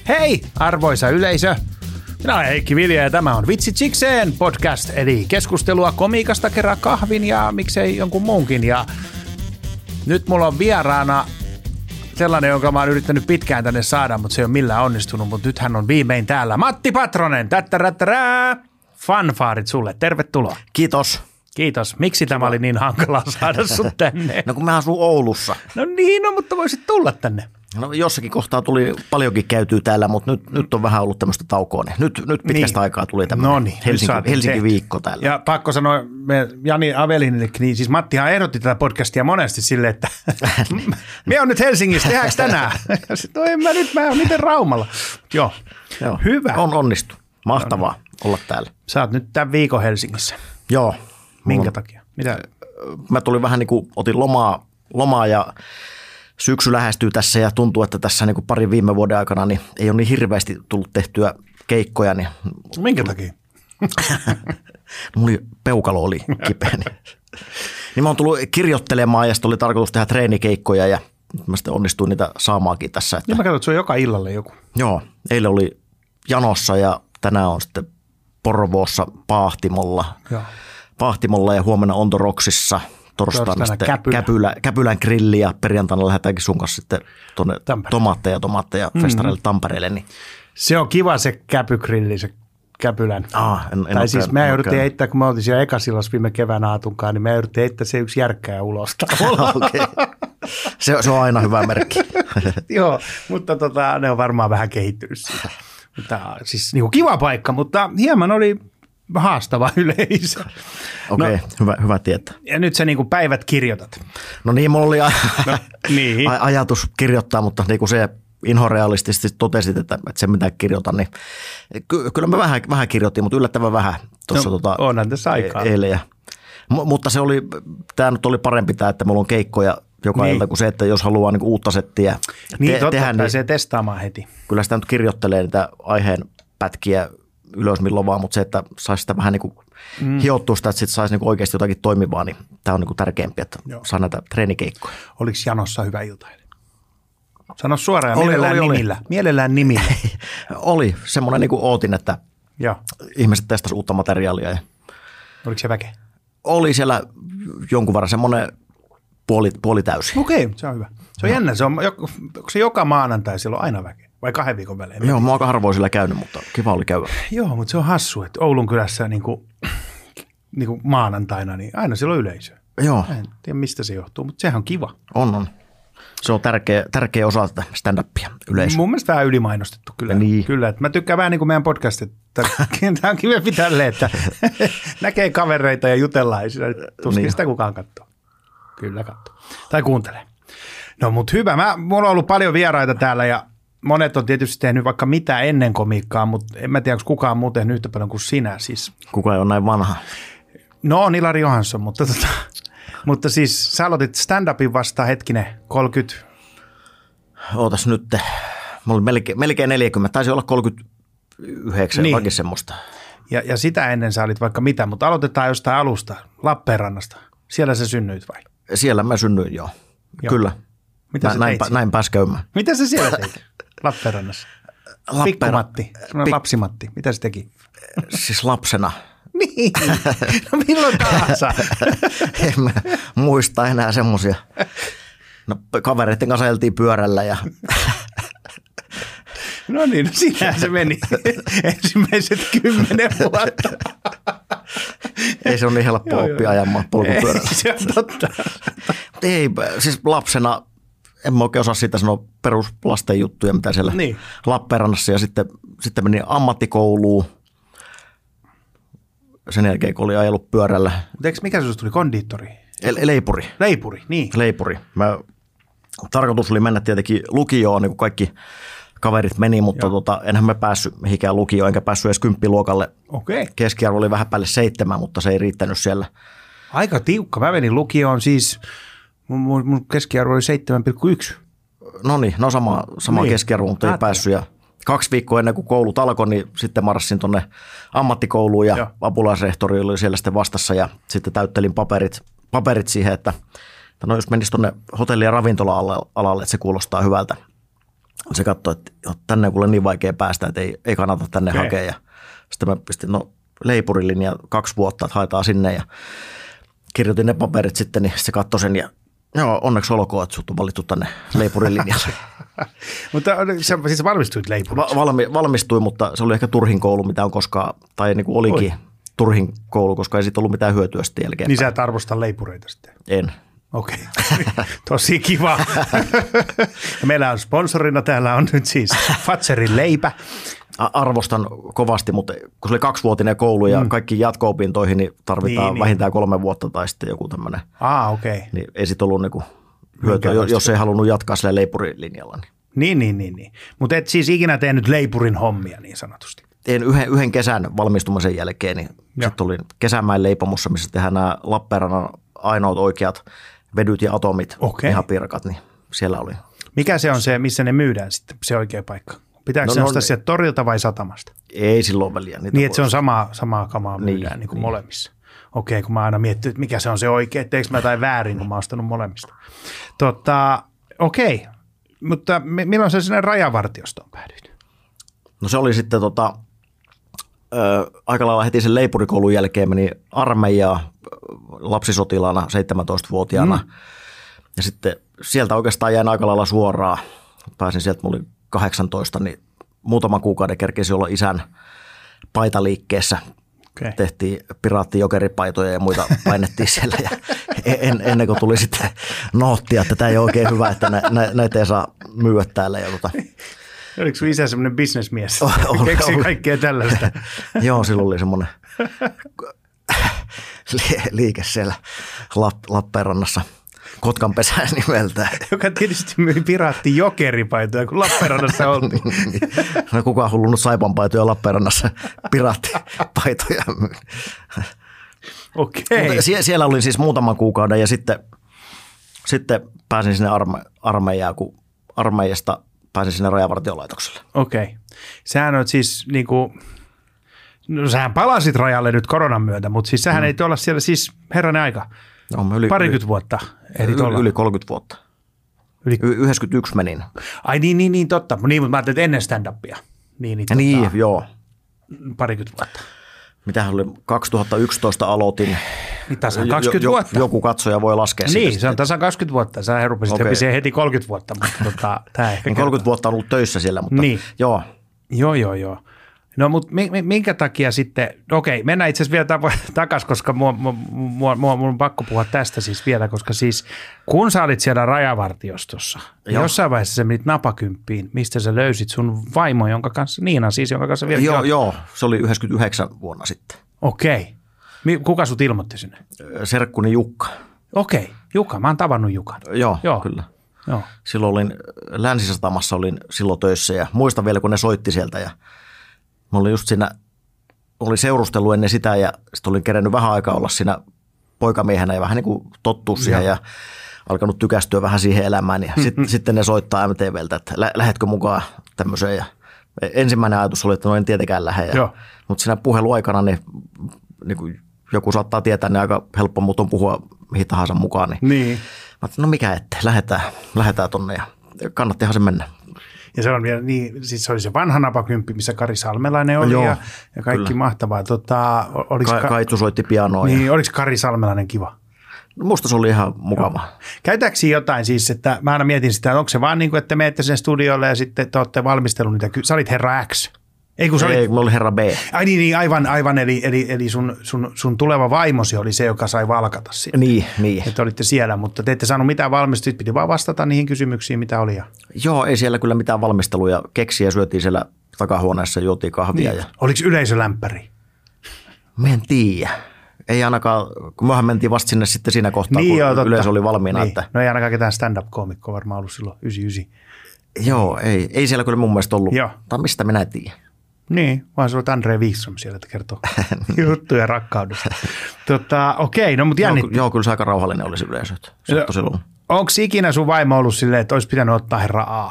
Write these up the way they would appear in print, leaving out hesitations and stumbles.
Hei, arvoisa yleisö! Minä olen Heikki Vilja ja tämä on Vitsitsikseen podcast, eli keskustelua komiikasta kerran kahvin ja miksei jonkun muunkin. Ja nyt mulla on vieraana sellainen, jonka mä oon yrittänyt pitkään tänne saada, mutta se ei ole millään onnistunut, mutta nyt hän on viimein täällä. Matti Patronen, fanfaarit sulle, tervetuloa. Kiitos. Kiitos. Miksi tämä oli niin hankalaa saada sut tänne? No kun mä asun Oulussa. No niin, mutta voisit tulla tänne. No jossakin kohtaa tuli paljonkin käytyä täällä, mutta nyt on vähän ollut tämmöistä taukoa. Nyt pitkästä aikaa tuli tämmöinen Helsinki-viikko täällä. Ja pakko sanoa, Jani Avelinillekin, niin siis Mattihan ehdotti tätä podcastia monesti silleen, että me on nyt Helsingissä, tehdäänkö tänään? Ja sitten, no en mä oon miten Raumalla. Joo. Hyvä. On onnistu. Mahtavaa olla täällä. Sä oot nyt tämän viikon Helsingissä. Joo. Minkä takia? Mitä? Mä tulin vähän niin kuin, otin lomaa ja syksy lähestyy tässä ja tuntuu, että tässä niin kuin parin viime vuoden aikana niin ei ole niin hirveästi tullut tehtyä keikkoja. Niin minkä takia? Peukalo oli kipeä. Niin mä oon tullut kirjoittelemaan ja sitten oli tarkoitus tehdä treenikeikkoja ja mä sitten onnistuin niitä saamaankin tässä. Että... Ja mä katsoin, että se on joka illalle joku. Joo, eilen oli Janossa ja tänään on sitten Porvoossa Pahtimolla ja huomenna Ontoroksissa. Torstaina sitten Käpylän grilli ja perjantaina lähdetäänkin sun kanssa sitten tuonne tomaatteja festareille Tampereelle. Niin. Se on kiva se käpygrilli, se Käpylän. Tai siis me jouduttiin heittää, kun me oltiin siellä ekasillossa viime kevään aatunkaan, niin me jouduttiin heittää se yksi järkkää ulos. Okay. Se on aina hyvä merkki. Joo, mutta ne on varmaan vähän kehittynyt siitä. Mutta, siis niin kuin kiva paikka, mutta hieman oli haastava yleisö. Okei, hyvä tietää. Ja nyt sä niin kuin päivät kirjoitat. No niin, mulla oli ajatus kirjoittaa, mutta niin kuin se inhorealistisesti totesit, että se mitä kirjoitan, niin kyllä mä vähän kirjoitin, mutta yllättävän vähän tuossa onhan tässä aikaa. Eilen. Mutta tämä nyt oli parempi tämä, että mulla on keikkoja joka ilta kuin se, että jos haluaa niin uutta settiä tehdä, niin pääsee testaamaan heti. Kyllä sitä nyt kirjoittelee niitä aiheen pätkiä ylös milloin vaan, mutta se, että saisi sitä vähän niin kuin hiottua sitä, että sitten saisi niin kuin oikeasti jotakin toimivaa, niin tämä on niin kuin tärkeämpi, että saa näitä treenikeikkoja. Oliko Janossa hyvä ilta? Sano suoraan, mielellään nimillä. Oli semmoinen niin kuin ootin, että ihmiset testasivat uutta materiaalia. Ja oliko se väkeä? Oli siellä jonkun verran semmoinen puoli täysi. Okei, se on hyvä. Se on jännä. Onko se joka maanantai silloin aina väkeä? Vai 2 viikon välein? Joo, mä oon aika harvoin sillä käynyt, mutta kiva oli käydä. Joo, mutta se on hassu, että Oulun kylässä niin kuin maanantaina, niin aina siellä on yleisö. Joo. En tiedä, mistä se johtuu, mutta sehän on kiva. On. Se on tärkeä osa tätä stand-upia yleisöä. Mun mielestä vähän ylimainostettu kyllä. Niin. Kyllä, että mä tykkään vähän niin kuin meidän podcastit. Tämä on kiva tälleen, että näkee kavereita ja jutellaan. Tuskin sitä kukaan katsoo. Kyllä katsoo. Tai kuuntelee. No mutta hyvä. Mulla on ollut paljon vieraita täällä ja monet on tietysti tehnyt vaikka mitä ennen komiikkaa, mutta en mä tiedä, onko kukaan muu tehnyt yhtä paljon kuin sinä. Siis. Kuka ei ole näin vanha? No on Ilari Johansson, mutta siis sä aloitit stand-upin vasta 30. Ootas nyt. Mulla oli melkein 40, taisi olla 39, niin. Jotakin semmoista. Ja sitä ennen sä olit vaikka mitä, mutta aloitetaan jostain alusta, Lappeenrannasta. Siellä sä synnyit vai? Siellä mä synnyin, joo. Kyllä. Mitä näin pääsi käymään. Mitä sä siellä teit Lappeenrannassa? Pikkumatti, lapsimatti. Mitä se teki? Siis lapsena. Niin, no milloin tahansa? En mä muista enää semmoisia. No kavereiden kanssa ajeltiin pyörällä ja... No niin, siinähän se meni ensimmäiset 10 vuotta. Ei se ole niin helppoa oppia ajamaan polkupyörällä. Se on totta. Ei, siis lapsena en mä oikein osaa siitä sanoa peruslasten juttuja, mitä siellä Lappeenrannassa. Ja sitten menin ammattikouluun. Sen jälkeen, kun oli ajellut pyörällä. Mutta mikä sinusta tuli kondiittori? Leipuri. Leipuri. Tarkoitus oli mennä tietenkin lukioon, niin kuin kaikki kaverit meni, mutta enhän mä päässyt mihinkään lukioon, enkä päässyt edes 10-luokalle. Okei. Keskiarvo oli vähän päälle 7, mutta se ei riittänyt siellä. Aika tiukka. Mä menin lukioon siis, mun keskiarvo oli 7,1. No niin, sama keskiarvo, mutta ei päässyt. Ja 2 viikkoa ennen kuin koulut alkoi, niin sitten marssin tuonne ammattikouluun ja apulaisrehtori oli siellä sitten vastassa ja sitten täyttelin paperit siihen, että no jos menisi tuonne hotelli- ja ravintola-alalle, että se kuulostaa hyvältä. Se katsoi, että tänne on kuule niin vaikea päästä, että ei kannata tänne hakea. Ja sitten mä pistin, leipurilinja 2 vuotta, että haetaan sinne ja kirjoitin ne paperit sitten, niin se katsoi sen ja joo, onneksi olkoon, että sut on valittu tänne leipurilinjalle. Mutta siis valmistuit leipuriksi? Valmistuin, mutta se oli ehkä turhin koulu, mitä on koskaan, tai niin kuin olikin turhin koulu, koska ei siitä ollut mitään hyötyä sitten jälkeen. Niin sä et arvosta leipureita sitten? En. Okei, tosi kiva. Meillä on sponsorina, täällä on nyt siis Fatserin leipä. Arvostan kovasti, mutta kun se oli 2-vuotinen koulu ja kaikki jatko-opintoihin, niin tarvitaan vähintään 3 vuotta tai sitten joku tämmöinen. Okei. Niin ei sitten ollut niinku hyötyä, jos ei halunnut jatkaa sillä leipurilinjalla. Niin. Mutta et siis ikinä tehnyt leipurin hommia niin sanotusti? Tein yhden kesän valmistumisen jälkeen, niin sitten olin Kesämäen leipomossa, missä tehdään nämä Lappeenrannan ainoat oikeat vedyt ja atomit, ihan pirkat, niin siellä oli. Mikä se on se, missä ne myydään sitten, se oikea paikka? Pitääkö se ostaa sieltä torilta vai satamasta? Ei silloin väliä. Niin, että se on samaa kamaa myydään niin kuin molemmissa. Okei, kun mä aina miettinyt, että mikä se on se oikea, etteikö mä jotain väärin, kun mä oon ostanut molemmista. Okei, mutta milloin sä sinne rajavartiostoon päädyit? No se oli sitten aika lailla heti sen leipurikoulun jälkeen meni armeijaa lapsisotilaana 17-vuotiaana. Ja sitten sieltä oikeastaan jäin aika lailla suoraan. Pääsin sieltä, mulla oli 18, niin muutaman kuukauden kerkesi olla isän paitaliikkeessä. Tehtiin piraattijokeripaitoja ja muita painettiin siellä. Ja ennen kuin tuli sitten noottia, että tämä ei ole oikein hyvä, että näitä ei saa myyä täällä. Ja Oliko sun isä semmoinen bisnesmies? Keksii kaikkea tällaista. Joo, silloin oli semmoinen liike siellä Lappeenrannassa. Kotkanpesään nimeltään. Joka tietysti myi piraattijokeripaitoja, kun Lappeenrannassa oltiin. No kukaan hullunut saipanpaitoja Lappeenrannassa piraattipaitoja. Okei. Siellä olin siis muutaman kuukauden ja sitten pääsin sinne armeijaan, kun armeijasta pääsin sinne rajavartiolaitokselle. Okei. Sähän on siis sähän palasit rajalle nyt koronan myötä, mutta siis sähän ei olla siellä siis herranen aika. No, parikymmentä vuotta. Yli 30 vuotta. 91 menin. Ai niin, totta. Niin, mutta mä ajattelin, että ennen stand-upia. Niin, joo. Parikymmentä vuotta. Mitähän oli, 2011 aloitin. Niin tasan 20 vuotta. Joku katsoja voi laskea. Niin, se on tasan 20 vuotta. Sä rupesit heti 30 vuotta. Mutta tämä ehkä 30 vuotta on ollut töissä siellä, mutta niin. Joo. Joo. No mutta minkä takia sitten, mennään itse asiassa vielä takaisin, koska mun on pakko puhua tästä siis vielä, koska siis kun sä olit siellä rajavartiostossa, jossain vaiheessa sä menit napakymppiin, mistä sä löysit sun vaimo, jonka kanssa vielä Joo, se oli 99 vuonna sitten. Okei. Kuka sut ilmoitti sinne? Serkkuni Jukka. Okei, Jukka, mä oon tavannut Jukan. Joo. Kyllä. Joo. Silloin olin Länsisatamassa silloin töissä ja muistan vielä, kun ne soitti sieltä ja mä olin just siinä, oli seurustellut ennen sitä ja sitten olin kerennyt vähän aikaa olla siinä poikamiehenä ja vähän niin kuin tottua siihen ja alkanut tykästyä vähän siihen elämään. Ja sitten ne soittaa MTVltä, että lähdetkö mukaan tämmöiseen. Ja ensimmäinen ajatus oli, että no en tietenkään lähde. Mutta siinä puheluaikana niin kuin joku saattaa tietää, niin aika helppo mut on puhua mihin tahansa mukaan. Niin. Mä ajattelin, no mikä ettei, lähdetään tonne ja kannattihan se mennä. Ja se on vielä niin, siis se oli se vanha napakymppi, missä Kari Salmelainen oli ja kaikki kyllä. Mahtavaa. Kaitsu soitti pianoa. Niin, oliko Kari Salmelainen kiva? No, musta se oli ihan mukava. Käytääkö jotain siis, että mä aina mietin sitä, että onko se vaan niin kuin, että menette sen studiolle ja sitten te olette valmistellut niitä. Sä olit herra X. Ei, mä olin herra B. Ai niin, aivan eli sun tuleva vaimosi oli se, joka sai valkata sinne. Niin. Että olitte siellä, mutta te ette saanut mitään valmistelua, piti vaan vastata niihin kysymyksiin, mitä oli. Joo, ei siellä kyllä mitään valmisteluja. Keksiä syötiin siellä takahuoneessa, juotiin kahvia. Niin. Oliko yleisölämpäri? Mä en tiedä. Ei ainakaan, kun mehän mentiin vasta sinne sitten siinä kohtaa, niin, kun yleisö oli valmiina. Niin. Että... No ei ainakaan ketään stand-up-koomikkoa varmaan ollut silloin 99. Joo, ei siellä kyllä mun mielestä ollut. Joo. Tai mistä minä en tiedä. Niin, vaan se on Andre Wikström siellä, että kertoo juttuja rakkaudesta. Okei, no mutta jännittää. Joo, kyllä se aika rauhallinen oli se yleisö. Onko ikinä sun vaimo ollut silleen, että olisi pitänyt ottaa herra A?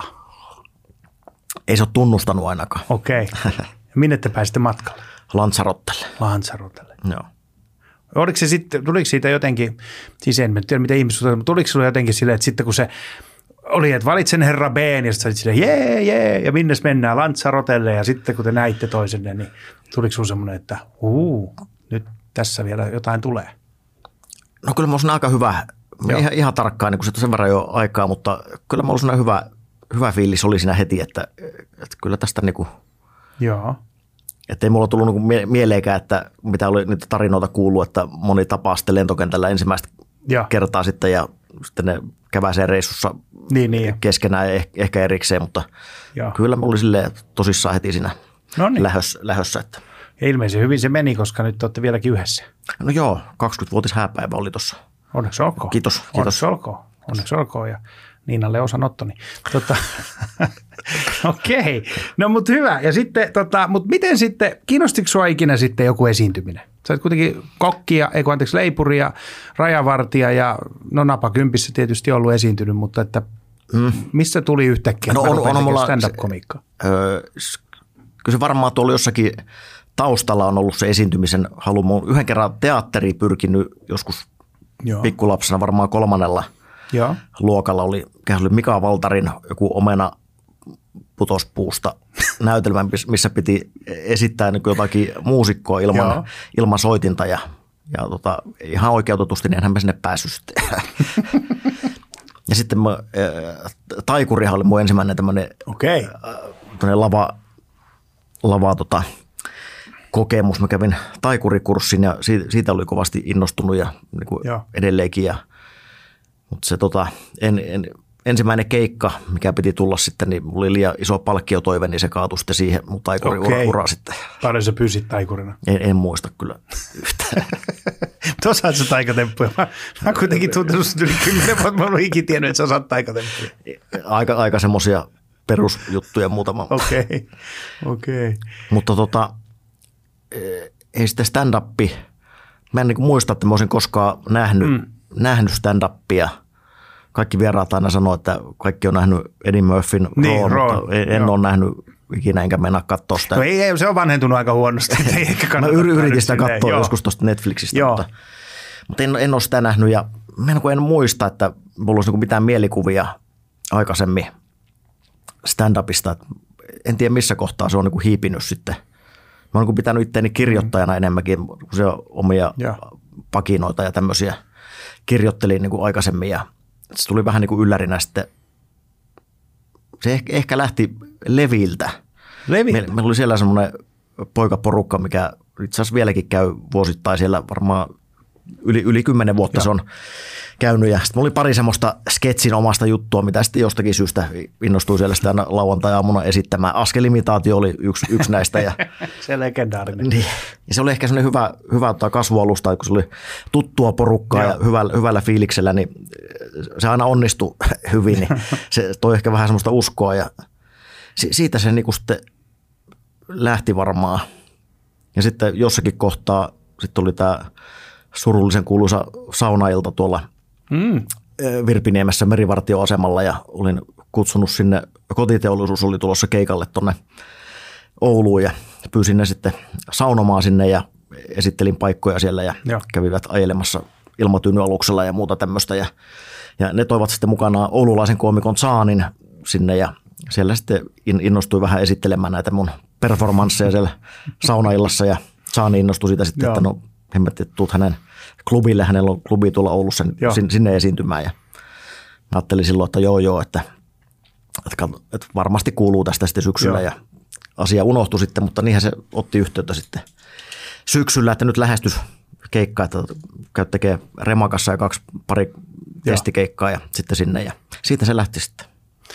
Ei se ole tunnustanut ainakaan. Okei. Minne te pääsitte matkalle? Lanzarotelle. Joo. Oliko se sitten, tuliko siitä jotenkin, siis en tiedä mitä ihmiset, mutta tuliko sinulle jotenkin silleen, että sitten kun se oli, että valitsen herra B, ja sitten sä olit silleen, jee, ja minnes mennään Lanzarotelle, ja sitten kun te näitte toisenne, niin tuliko sun semmoinen, että nyt tässä vielä jotain tulee? No kyllä mä olisin aika hyvä, ihan tarkkaan, niin kun se sen verran jo aikaa, mutta kyllä mä olisin hyvä fiilis oli siinä heti, että kyllä tästä niin kuin, että ei mulla tullut niin mieleenkään, että mitä oli niitä tarinoita kuullut, että moni tapaa sitten lentokentällä ensimmäistä kertaa sitten ja sitten ne käväisee reissussa keskenään ehkä erikseen, mutta kyllä mä olin silleen tosissaan heti siinä lähössä. Että. Ja ilmeisesti hyvin se meni, koska nyt olette vieläkin yhdessä. No joo, 20-vuotis hääpäivä oli tuossa. Onneksi olkoon. Kiitos. Onneksi olkoon ja Niinalle osanottoni. Okei, no mutta hyvä. Ja sitten, mutta miten sitten, kiinnostiko sua ikinä sitten joku esiintyminen? Sä oot kuitenkin leipuri ja rajavartija ja napakympissä tietysti ollut esiintynyt, mutta että missä tuli yhtäkkiä stand-up-komiikkaa? Kyllä se varmaan tuolla jossakin taustalla on ollut se esiintymisen halu. Mä oon yhden kerran teatteriin pyrkinyt joskus pikkulapsena, varmaan 3. luokalla oli Mika Valtarin joku omena putospuusta näytelmä, missä piti esittää niin jotakin muusikkoa ilman soitinta ja ihan oikeutetusti, niin enhän mä sinne päässyt sitten. Ja sitten taikurihan oli mun ensimmäinen tämmöinen lava kokemus. Mä kävin taikurikurssin ja siitä oli kovasti innostunut ja niin kuin edelleenkin. Mutta se ensimmäinen keikka, mikä piti tulla sitten, niin mulla oli liian iso palkkiotoive, niin se kaatui sitten siihen mun taikuriura sitten. Paljon sä pyysit taikurina? En muista kyllä yhtään. Osaat sä taikatemppuja? Mä oon kuitenkin tuntenut yli 10 vuotta, mä oon ikinä tiennyt, että sä osaat taikatemppuja. Aika semmoisia perusjuttuja muutama. Okei. Mutta ei sitten stand-uppi. Mä en muista, että mä olisin koskaan nähnyt stand-upia. Kaikki vieraat aina sanoo, että kaikki on nähnyt Eddie Murphyn mutta en ole nähnyt ikinä enkä mennä katsoa sitä. No ei, se on vanhentunut aika huonosti. Mä yritin sitä katsoa joskus tuosta Netflixistä, mutta en ole sitä nähnyt ja en muista, että mulla olisi mitään mielikuvia aikaisemmin stand-upista. En tiedä missä kohtaa se on hiipinyt sitten. Mä oon pitänyt itseäni kirjoittajana enemmänkin, kun se on omia pakinoita ja tämmöisiä kirjoittelin aikaisemmin ja se tuli vähän yllärinä sitten. Se ehkä lähti Leviltä. Meillä oli siellä semmoinen poikaporukka, mikä itse asiassa vieläkin käy vuosittain siellä varmaan yli 10 vuotta se on käynyt. Ja sitten oli pari semmoista sketsin omasta juttua, mitä sitten jostakin syystä innostui siellä sitä aina lauantai-aamuna esittämään. Askelimitaatio oli yksi näistä. Ja se legendaarinen. Niin. Ja se oli ehkä semmoinen hyvä kasvualusta, kun se oli tuttua porukkaa ja hyvällä fiiliksellä, niin se aina onnistui hyvin. Niin se toi ehkä vähän semmoista uskoa ja siitä se niin sitten lähti varmaan. Ja sitten jossakin kohtaa sitten oli tämä surullisen kuuluisa saunailta tuolla Virpiniemessä merivartioasemalla ja olin kutsunut sinne, kotiteollisuus oli tulossa keikalle tuonne Ouluun ja pyysin ne sitten saunomaan sinne ja esittelin paikkoja siellä ja kävivät ajelemassa ilmatyynyaluksella ja muuta tämmöistä ja ne toivat sitten mukanaan oululaisen koomikon Saanin sinne ja siellä sitten innostui vähän esittelemään näitä mun performansseja siellä saunaillassa ja Saani innostui siitä sitten, että no hemmetti, tuut hänen klubille, hänellä on klubi tuolla Oulussa sinne esiintymään ja mä ajattelin silloin, että että varmasti kuuluu tästä sitten syksyllä ja asia unohtui sitten, mutta niinhän se otti yhteyttä sitten syksyllä, että nyt lähestys keikkaa, että käyt tekee Remakassa ja pari testikeikkaa ja sitten sinne ja siitä se lähti sitten.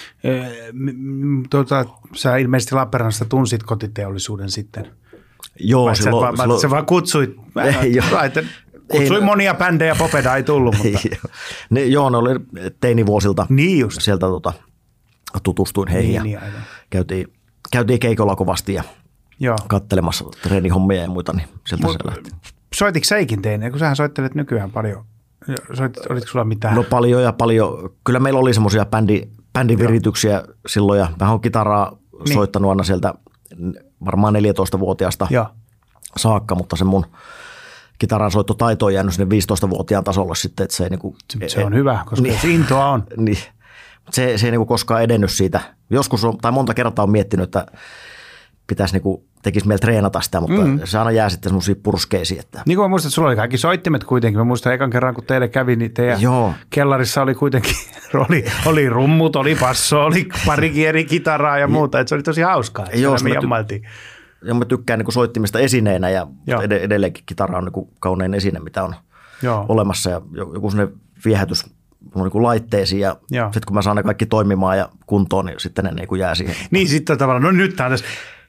Sä ilmeisesti Lappeenrannasta tunsit kotiteollisuuden sitten. Joo, sä vaan kutsuit. Kutsuin monia bändejä, Popeda ei tullut. Mutta. Ne oli teinivuosilta. Niin just. Sieltä tutustuin heihin ja käytiin keikolla kovasti ja katselemassa treenihommia ja muita, niin sieltä se lähti. Soititko säikin teiniä, kun sähän soittelet nykyään paljon? Olitko sulla mitään? No paljon. Kyllä meillä oli semmoisia bändivirityksiä silloin ja vähän on kitaraa soittanut aina sieltä varmaan 14-vuotiaasta saakka, mutta se mun kitaran soittotaito on jäänyt sinne 15-vuotiaan tasolle sitten, että se ei se on hyvä, koska se intoa on. Niin. Se ei niin kuin koskaan edennyt siitä. Joskus tai monta kertaa on miettinyt, että pitäisi niin kuin, tekisi meillä treenata sitä, mutta se aina jää sitten semmoisia purskeisiin. Että... Niin kuin mä muistan, että sulla oli kaikki soittimet kuitenkin. Mä muistan ekan kerran, kun teille kävi, niin teidän kellarissa oli kuitenkin, oli rummut, oli basso, oli parikin eri kitaraa ja muuta. Että se oli tosi hauskaa. Joo, mä tykkään niin soittimista esineinä ja edelleenkin kitara on niin kaunein esine, mitä on olemassa. Ja joku sellainen viehätys niin laitteisiin ja sitten kun mä saan ne kaikki toimimaan ja kuntoon, niin sitten ne niin jää siihen. Niin sitten tavallaan, no nyt tää on tässä.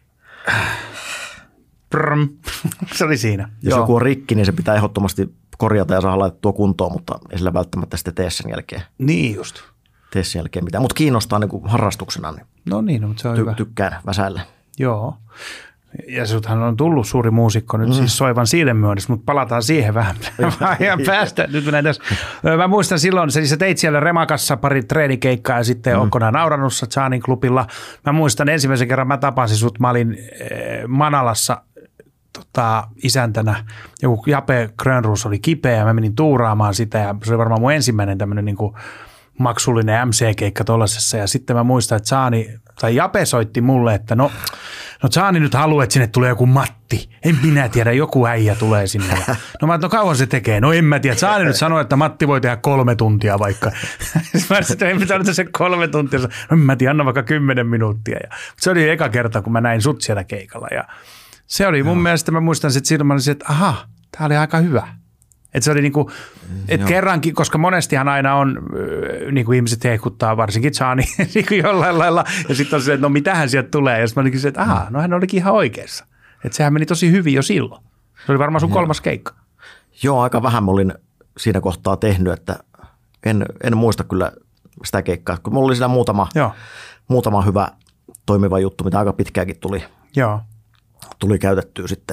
Se oli siinä. Jos joku on rikki, niin se pitää ehdottomasti korjata ja saada laitettua kuntoon, mutta ei sillä välttämättä sitten tee sen jälkeen. Niin just. Tee sen jälkeen mitään, mutta kiinnostaa niin kuin harrastuksena. Niin no niin, mutta se on hyvä. Tykkään väsäillä. Joo. Ja suthan on tullut suuri muusikko nyt siis soivan siilen myönnessä, mutta palataan siihen vähän päästä. Nyt mä muistan silloin, sä teit siellä Remakassa pari treenikeikkaa ja sitten Onkonaan Naurannussa Jaanin klubilla. Mä muistan ensimmäisen kerran mä tapasin sut, mä olin Manalassa isäntänä. Joku Jape Grönruus oli kipeä ja mä menin tuuraamaan sitä ja se oli varmaan mun ensimmäinen tämmöinen niin kuin maksullinen MC-keikka tollasessa ja sitten mä muistan, että Jape soitti mulle, että no Jaani nyt haluaa, että sinne tulee joku Matti. En minä tiedä, joku äijä tulee sinne. No mä no kauan se tekee? No en mä tiedä. Jaani nyt sanoi, että Matti voi tehdä 3 tuntia vaikka. Mä sanoin, en pitää se 3 tuntia. No en mä tiedä, anna vaikka 10 minuuttia. Se oli eka kerta, kun mä näin sut siellä keikalla. Ja se oli mun mielestä, mä muistan, että silloin mä olisin, että aha, tää oli aika hyvä. Että se oli niinku, että kerrankin, koska monestihan aina on, niinku ihmiset hehkuttaa, varsinkin Jaani niinku jollain lailla, ja sitten on se, että no mitähän sieltä tulee, ja sitten mä olikin se, että aha, no hän olikin ihan oikeassa. Että sehän meni tosi hyvin jo silloin. Se oli varmaan sun 3. keikka. Joo, aika vähän mä olin siinä kohtaa tehnyt, että en muista kyllä sitä keikkaa. Kun mulla oli siinä muutama hyvä toimiva juttu, mitä aika pitkääkin tuli käytettyä sitten.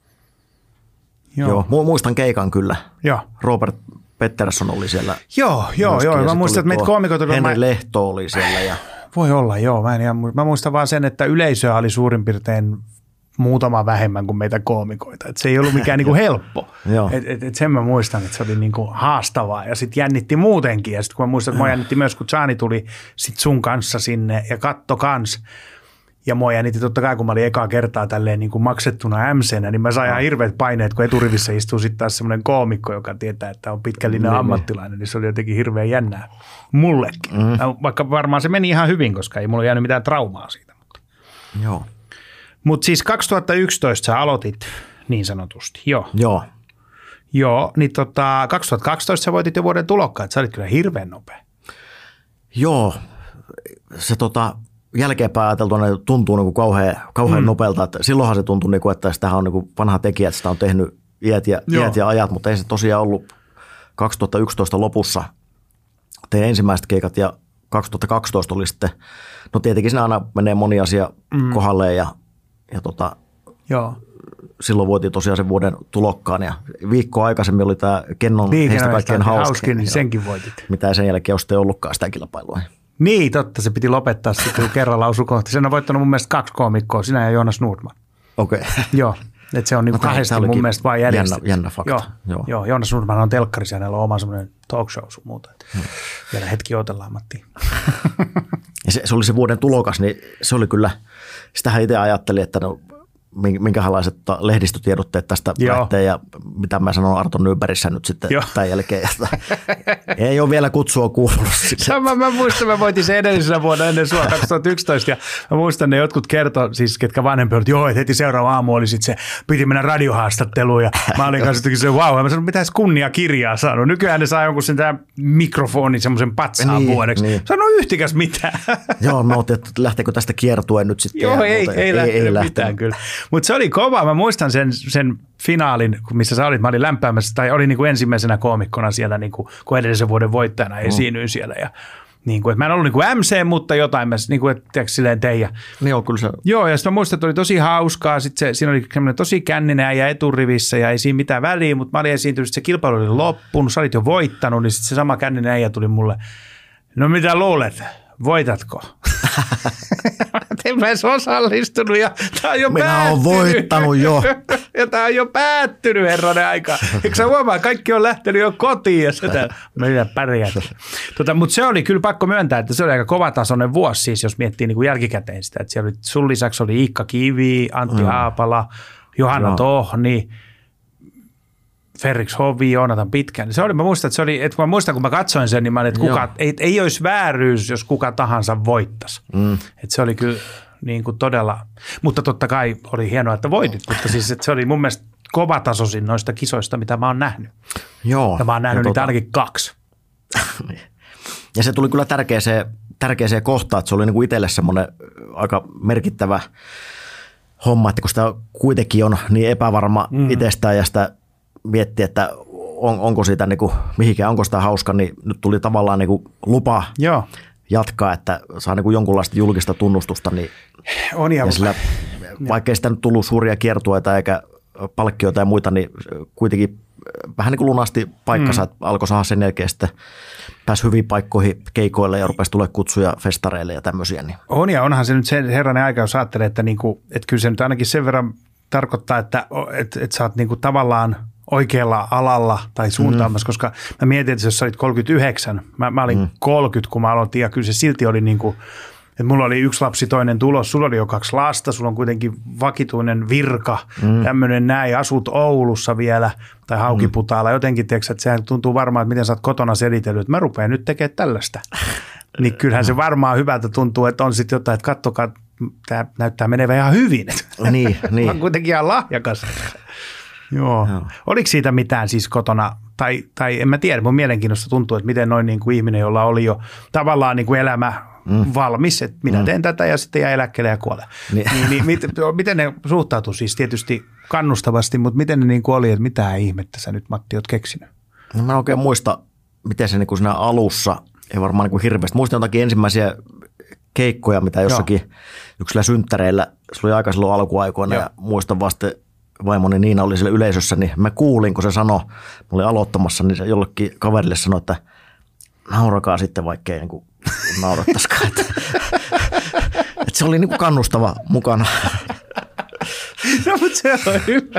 Joo, muistan keikan kyllä. Joo. Robert Pettersson oli siellä. Joo. Mä muistan, että meitä koomikot oli. Henri Lehto oli siellä. Ja... Voi olla, joo. Mä muistan vaan sen, että yleisöä oli suurin piirtein muutama vähemmän kuin meitä koomikoita. Et se ei ollut mikään niinku helppo. Et sen mä muistan, että se oli niinku haastavaa ja sitten jännitti muutenkin. Ja sitten kun mä muistan, että mua jännitti myös, kun Jaani tuli sit sun kanssa sinne ja katto kans. Ja mua jännitti totta kai, kun mä olin ekaa kertaa tälleen niin kuin maksettuna MC:nä, niin mä sain ihan hirveät paineet, kun eturivissä istuu sitten taas semmoinen koomikko, joka tietää, että on pitkällinen ammattilainen, niin se oli jotenkin hirveän jännää mullekin. Vaikka varmaan se meni ihan hyvin, koska ei mulla jäänyt mitään traumaa siitä. Joo. Mutta siis 2011 sä aloitit niin sanotusti, Joo, niin 2012 sä voitit jo vuoden tulokkaat, sä olit kyllä hirveän nopea. Joo, se jälkeenpäin ajateltuna tuntuu niin kauhean nopealta, että silloinhan se tuntui, niin kuin, että sitähän on niin vanha tekijä, että sitä on tehnyt iät ja ajat, mutta ei se tosiaan ollut 2011 lopussa. Tein ensimmäiset keikat ja 2012 oli sitten, no tietenkin siinä aina menee moni asia kohdalleen ja silloin voitiin tosiaan sen vuoden tulokkaan ja viikkoa aikaisemmin oli tämä Kennon heistä kaikkein hauskin, niin senkin voitit. Mitä ei sen jälkeen ole sitten ollutkaan sitä kilpailua. Niin, totta. Se piti lopettaa sitten, kun kerran lausui kohti. Sen on voittanut mun mielestä 2 koomikkoa, sinä ja Joonas Nordman. Okei. Joo, että se on niin kahdesti mun mielestä vaan järjestetty. Jännä fakta. Joo, Joonas Nordman on telkkarissa, hänellä on oma semmoinen talk show sun muuta. Vielä hetki odotellaan, Matti. Ja se oli se vuoden tulokas, niin se oli kyllä, sitähän itse ajattelin, että no, minkälaiset lehdistötiedotteet tästä lähtee ja mitä mä sanon Arto Nybergissä nyt sitten tämän jälkeen. Ei ole vielä kutsua kuullut. Mä muistan, mä voitin sen edellisenä vuonna ennen sua 2011 ja mä muistan ne jotkut kertoi, siis ketkä vanhempi olivat, että heti seuraava aamu oli sitten se, piti mennä radiohaastatteluun ja mä olin kanssa se wow, mä sanoin, mitä edes kunniakirjaa saanut. Nykyään ne saa jonkun sen mikrofonin semmoisen patsaan vuodeksi. Niin. Sano yhtikäs mitään. Joo, mä otin, että lähteekö tästä kiertueen nyt sitten. Joo, ei lähtenyt mitään kyllä. Mutta se oli kova. Mä muistan sen finaalin, missä sä olit. Mä olin lämpäämässä, tai olin niin kuin ensimmäisenä koomikkona siellä, niin kuin, kun edellisen vuoden voittajana esiinnyin siellä. Ja, niin kuin, että mä en ollut niin kuin MC, mutta jotain mä niin kuin, että silleen teijä. Joo, kyllä se. Joo, ja sitten mä muistan, että oli tosi hauskaa. Sitten siinä oli semmoinen tosi känninen äijä eturivissä ja ei siinä mitään väliä, mutta mä olin esiintynyt, se kilpailu oli loppunut, sä olit jo voittanut, niin sitten se sama känninen äijä tuli mulle. No mitä luulet? Voitatko? En mä edes osallistunut ja tää on jo Minä olen voittanut jo. Ja tämä on jo päättynyt, herranen aika. Eikö sä huomaa, kaikki on lähtenyt jo kotiin ja sitä meidän pärjätä. Mutta se oli kyllä pakko myöntää, että se oli aika kovatasoinen vuosi siis, jos miettii niin kuin jälkikäteen sitä. Että siellä oli, sun lisäksi oli Iikka Kivi, Antti Haapala, Johanna Tohni, Ferriks Hovi, Joonatan Pitkän. Se oli, mä muistan, että se oli, että kun mä katsoin sen, niin mä olin, että ei olisi vääryys, jos kuka tahansa voittaisi. Että se oli kyllä niin kuin todella, mutta totta kai oli hienoa, että voitit, mutta siis että se oli mun mielestä kovatasoisin noista kisoista, mitä mä oon nähnyt. Joo. Ja mä oon nähnyt niitä ainakin 2. Ja se tuli kyllä tärkeäseen kohtaan, että se oli niin kuin itselle semmoinen aika merkittävä homma, että kun sitä kuitenkin on niin epävarma itsestään ja sitä miettii, että onko siitä niin kuin, mihinkään, onko sitä hauska, niin nyt tuli tavallaan niin kuin lupa jatkaa, että saa niin kuin jonkunlaista julkista tunnustusta. Niin, on ja sillä, vaikka ei sitä nyt tullut suuria kiertueita eikä palkkioita ja muita, niin kuitenkin vähän niin kuin lunasti paikkansa, että alkoi saada sen jälkeen sitten pääsi hyviin paikkoihin keikoille ja rupesi tulemaan kutsuja festareille ja tämmöisiä. Niin. On ja onhan se nyt se herranen aika, jos ajattelee, että, niinku, että kyllä se nyt ainakin sen verran tarkoittaa, että sä oot niinku tavallaan oikealla alalla tai suuntaamassa, koska mä mietin, että jos sä olit 39, mä olin 30, kun mä aloitin, ja kyllä se silti oli niin kuin, että mulla oli 1 lapsi, toinen tulos, sulla oli jo 2 lasta, sulla on kuitenkin vakituinen virka, tämmöinen näin, asut Oulussa vielä, tai Haukiputaalla, jotenkin, tiedätkö, että sehän tuntuu varmaan, että miten sä oot kotona selitellyt, että mä rupean nyt tekemään tällaista. Niin kyllähän se varmaan hyvältä tuntuu, että on sitten jotain, että katsokaa, tämä näyttää menevän ihan hyvin. Niin. Mä oon kuitenkin ihan lahjakas. Joo. Oliko siitä mitään siis kotona, tai en mä tiedä, mun mielenkiinnosta tuntuu, että miten noin niin kuin ihminen, jolla oli jo tavallaan niin kuin elämä valmis, että minä teen tätä ja sitten jää eläkkeelle ja kuolee. Niin, miten ne suhtautuu siis tietysti kannustavasti, mutta miten ne niin kuin oli, että mitä ihmettä sä nyt Matti oot keksinyt? No mä en oikein muista, miten se niin kuin siinä alussa, ei varmaan niin kuin hirveästi. Muistin jotakin ensimmäisiä keikkoja, mitä jossakin yksillä synttäreillä, se oli aika silloin alkuaikoina ja muistan vasta vaimoni Niina oli siellä yleisössä, niin mä kuulin, kun se sanoi, mä olin aloittamassa, niin se jollekin kaverille sanoi, että naurakaa sitten, vaikka ei niin naurattaisikaan. Että se oli niin kuin kannustava mukana. No, mutta se on hyvä.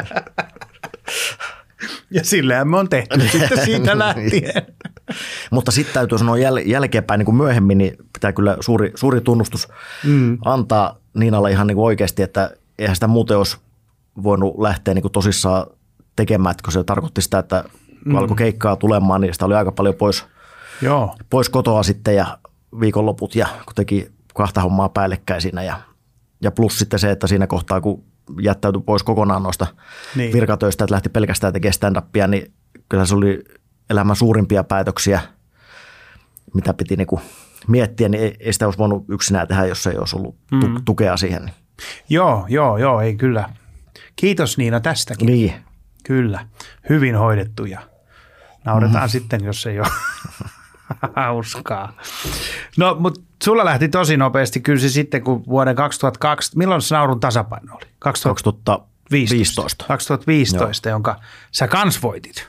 Ja sillähän me on tehty sitten siitä lähtien. Mutta sitten täytyy sanoa jälkeenpäin niin kuin myöhemmin, niin pitää kyllä suuri tunnustus antaa Niinalle ihan niin kuin oikeasti, että eihän sitä muuten olisi voinut lähteä niin kuin tosissaan tekemään, että kun se tarkoitti sitä, että kun alkoi keikkaa tulemaan, niin sitä oli aika paljon pois kotoa sitten ja viikonloput ja kun teki 2 hommaa päällekkäin siinä ja plus sitten se, että siinä kohtaa kun jättäytyi pois kokonaan noista virkatöistä, että lähti pelkästään tekemään stand-upia, niin kyllä se oli elämän suurimpia päätöksiä, mitä piti niin kuin miettiä, niin ei sitä olisi voinut yksinään tehdä, jos ei olisi ollut tukea siihen. Niin. Joo, ei kyllä. Kiitos Niina tästäkin. Niin. Kyllä, hyvin hoidettu ja nauretaan sitten, jos ei ole hauskaa. No, mutta sulla lähti tosi nopeasti kyllä se sitten, kun vuoden 2002, milloin se naurun tasapaino oli? 2015. 2015, jonka sä kans voitit.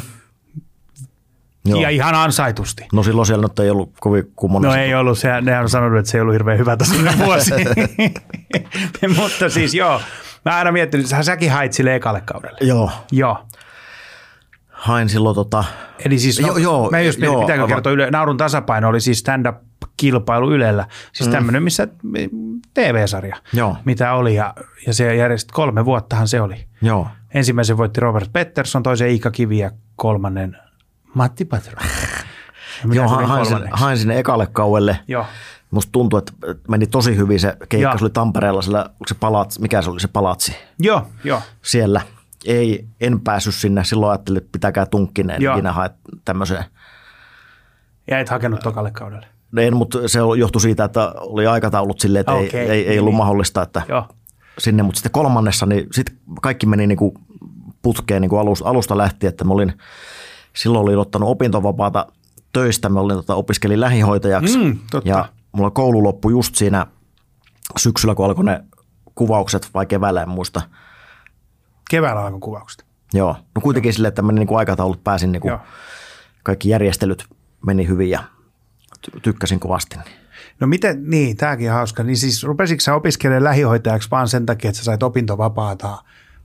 Ja ihan ansaitusti. No silloin siellä nyt ei ollut kovin kummonen. No ei ollut, nehän on sanonut, että se ei ollut hirveän hyvä tasoinen vuosi. Mutta siis joo, mä aina miettinyt, että säkin hait sille ekalle kaudelle. Joo. Hain silloin Eli siis, mä just pitääkö kertoa, naurun tasapaino oli siis stand-up-kilpailu Ylellä. Siis tämmöinen, missä TV-sarja, mitä oli. Ja se järjesti 3 vuottahan se oli. Joo. Ensimmäisen voitti Robert Pettersson, toisen Iikka Kivi ja 3. Matti Patro. Joo, hain sinne ekalle kauelle. Joo. Musta tuntui, että meni tosi hyvin se keikka. Se oli Tampereella, se palatsi, mikä se oli se palatsi? Joo. Siellä. En päässyt sinne. Silloin ajattelin, että pitäkää tunkkineen ikinä haet tämmöiseen. Ja et hakenut tokalle kaudelle? En, mutta se johtui siitä, että oli aikataulut silleen, että ei ollut mahdollista, että sinne. Mutta sitten 3. niin sitten kaikki meni niin kuin putkeen niin kuin alusta lähtien, että silloin olin ottanut opintovapaata töistä. Mä opiskelin lähihoitajaksi ja mulla koulu loppui just siinä syksyllä, kun alkoi ne kuvaukset vai keväällä, en muista. Keväällä alkoi kuvaukset. Joo, no kuitenkin silleen, että meni niin kuin aikataulut, pääsin niin kuin kaikki järjestelyt meni hyvin ja tykkäsin kovasti. No miten, niin tämäkin on hauska, niin siis rupesitko sä opiskelemaan lähihoitajaksi vaan sen takia, että sä sait opintovapaata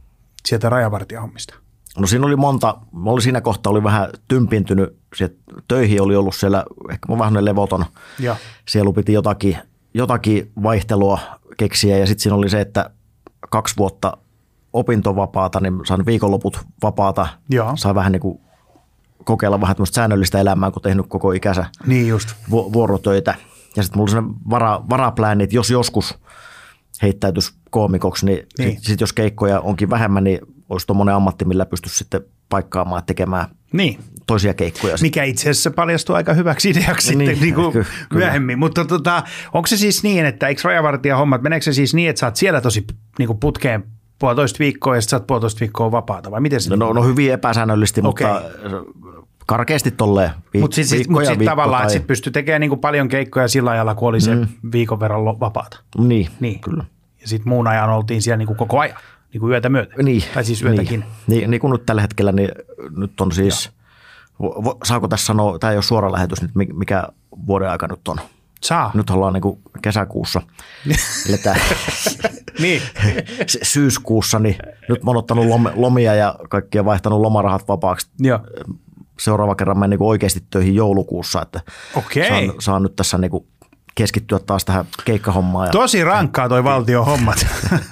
sieltä rajavartijahommista? No siinä oli monta, siinä kohtaa oli vähän tympintynyt, töihin oli ollut siellä, ehkä vähän levoton, ja siellä piti jotakin vaihtelua keksiä ja sitten siinä oli se, että 2 vuotta opintovapaata, niin sain viikonloput vapaata, sai vähän niin kuin kokeilla vähän tämmöistä säännöllistä elämää, kun tehnyt koko ikänsä niin just. Vuorotöitä. Ja sitten mulla oli sellainen varaplääni, että jos joskus heittäytyisi koomikoksi, niin. Sit jos keikkoja onkin vähemmän, niin olisi tuommoinen ammatti, millä pystyisi sitten paikkaamaan ja tekemään toisia keikkoja. Mikä itse asiassa paljastui aika hyväksi ideaksi sitten niin kuin myöhemmin. Mutta onko se siis niin, että eikö rajavartijahommat, meneekö se siis niin, että sä oot siellä tosi niin kuin putkeen 1,5 viikkoa ja sitten sä oot 1,5 viikkoa vapaata vai miten se? No hyvin epäsäännöllisesti, mutta karkeasti tolleen Mutta sitten tavallaan, että sit pystyi tekemään niin kuin paljon keikkoja sillä ajalla, kun oli se viikon verran vapaata. Niin, kyllä. Ja sitten muun ajan oltiin siellä niin kuin koko ajan, niin kuin yötä myöten. Tai siis yötäkin. Niin kuin nyt tällä hetkellä, niin nyt on siis, saako tässä sanoa, tämä ei ole suora lähetys nyt, mikä vuoden aika nyt on. Saa. Nyt ollaan niin kuin kesäkuussa. Niin. Syyskuussa, niin nyt mä oon ottanut lomia ja kaikkia vaihtanut lomarahat vapaaksi. Joo. Seuraava kerran menen niin oikeasti töihin joulukuussa, että saan nyt tässä niin kuin keskittyä taas tähän keikkahommaan. Tosi rankkaa toi valtion hommat.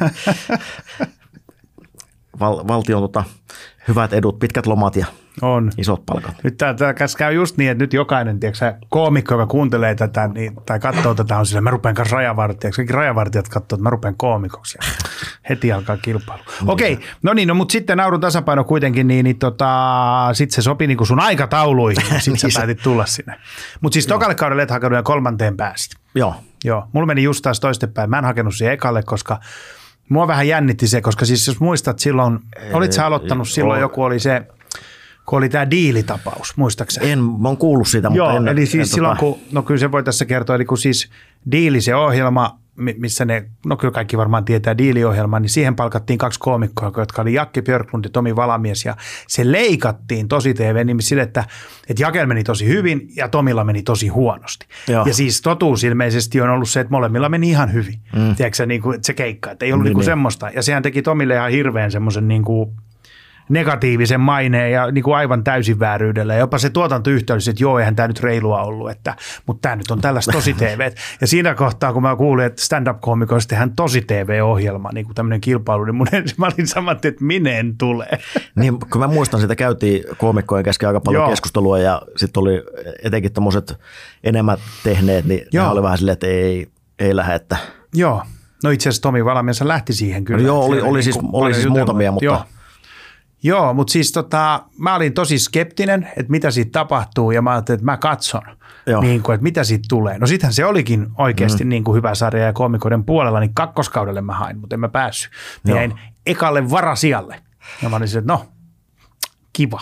Valtion hyvät edut, pitkät lomat ja isot palkat. Nyt tämä käy just niin, että nyt jokainen koomikko, joka kuuntelee tätä tai katsoo tätä, on sillä, mä rupean kanssa rajavartijaksi. Kaikki rajavartijat katsoo, että mä rupean koomikoksi. Heti alkaa kilpailu. Okei, mutta sitten naurun tasapaino kuitenkin, sitten se sopi niin kuin sun aikatauluihin ja sitten sä päätit tulla sinne. Mutta siis tokalle kaudelle et hakenut ja 3. pääsit. Joo. Mulla meni just taas toistepäin. Mä en hakenut siihen ekalle, koska mua vähän jännitti se, koska siis jos muistat silloin, olit sä aloittanut silloin, joku oli se, kun oli tämä diilitapaus, muistaakseni? Mä oon kuullut siitä, mutta eli siis silloin, kun, kyllä se voi tässä kertoa, eli kun siis diili se ohjelma, missä kyllä kaikki varmaan tietää diiliohjelman, niin siihen palkattiin 2 koomikkoa, jotka oli Jakke Björklund ja Tomi Valamies, ja se leikattiin tosi TV-nimissä sille, että Jakel meni tosi hyvin ja Tomilla meni tosi huonosti. Joo. Ja siis totuus ilmeisesti on ollut se, että molemmilla meni ihan hyvin, tiedätkö niin kuin, että se keikka, että ei ollut niin kuin semmoista, ja sehän teki Tomille ihan hirveän semmoisen niin kuin negatiivisen maineen ja niin kuin aivan täysin vääryydellä. Ja jopa se tuotantoyhteys, että joo, eihän tämä nyt reilua ollut, mutta tämä nyt on tällaista tosi TV. Ja siinä kohtaa, kun mä kuulin, että stand-up-koomikoista tehdään tosi TV-ohjelma, niin kuin tämmöinen kilpailu, niin mä olin saman, että mineen tulee. Niin, kun mä muistan, sitä käytiin koomikkojen kesken aika paljon keskustelua ja sitten oli etenkin tommoset enemmän tehneet, niin ne oli vähän silleen, että ei lähde. Että. Joo, no itse asiassa Tomi Valamies lähti siihen kyllä. No joo, oli siis muutamia, mutta. Joo, mutta siis mä olin tosi skeptinen, että mitä siitä tapahtuu ja mä ajattelin, että mä katson, niin kuin, että mitä siitä tulee. No sittenhän se olikin oikeasti niin kuin hyvä sarja ja koomikoiden puolella, niin 2. kaudelle mä hain, mutta en mä päässyt. Mä jäin ekalle varasijalle ja mä olin se, että no, kiva.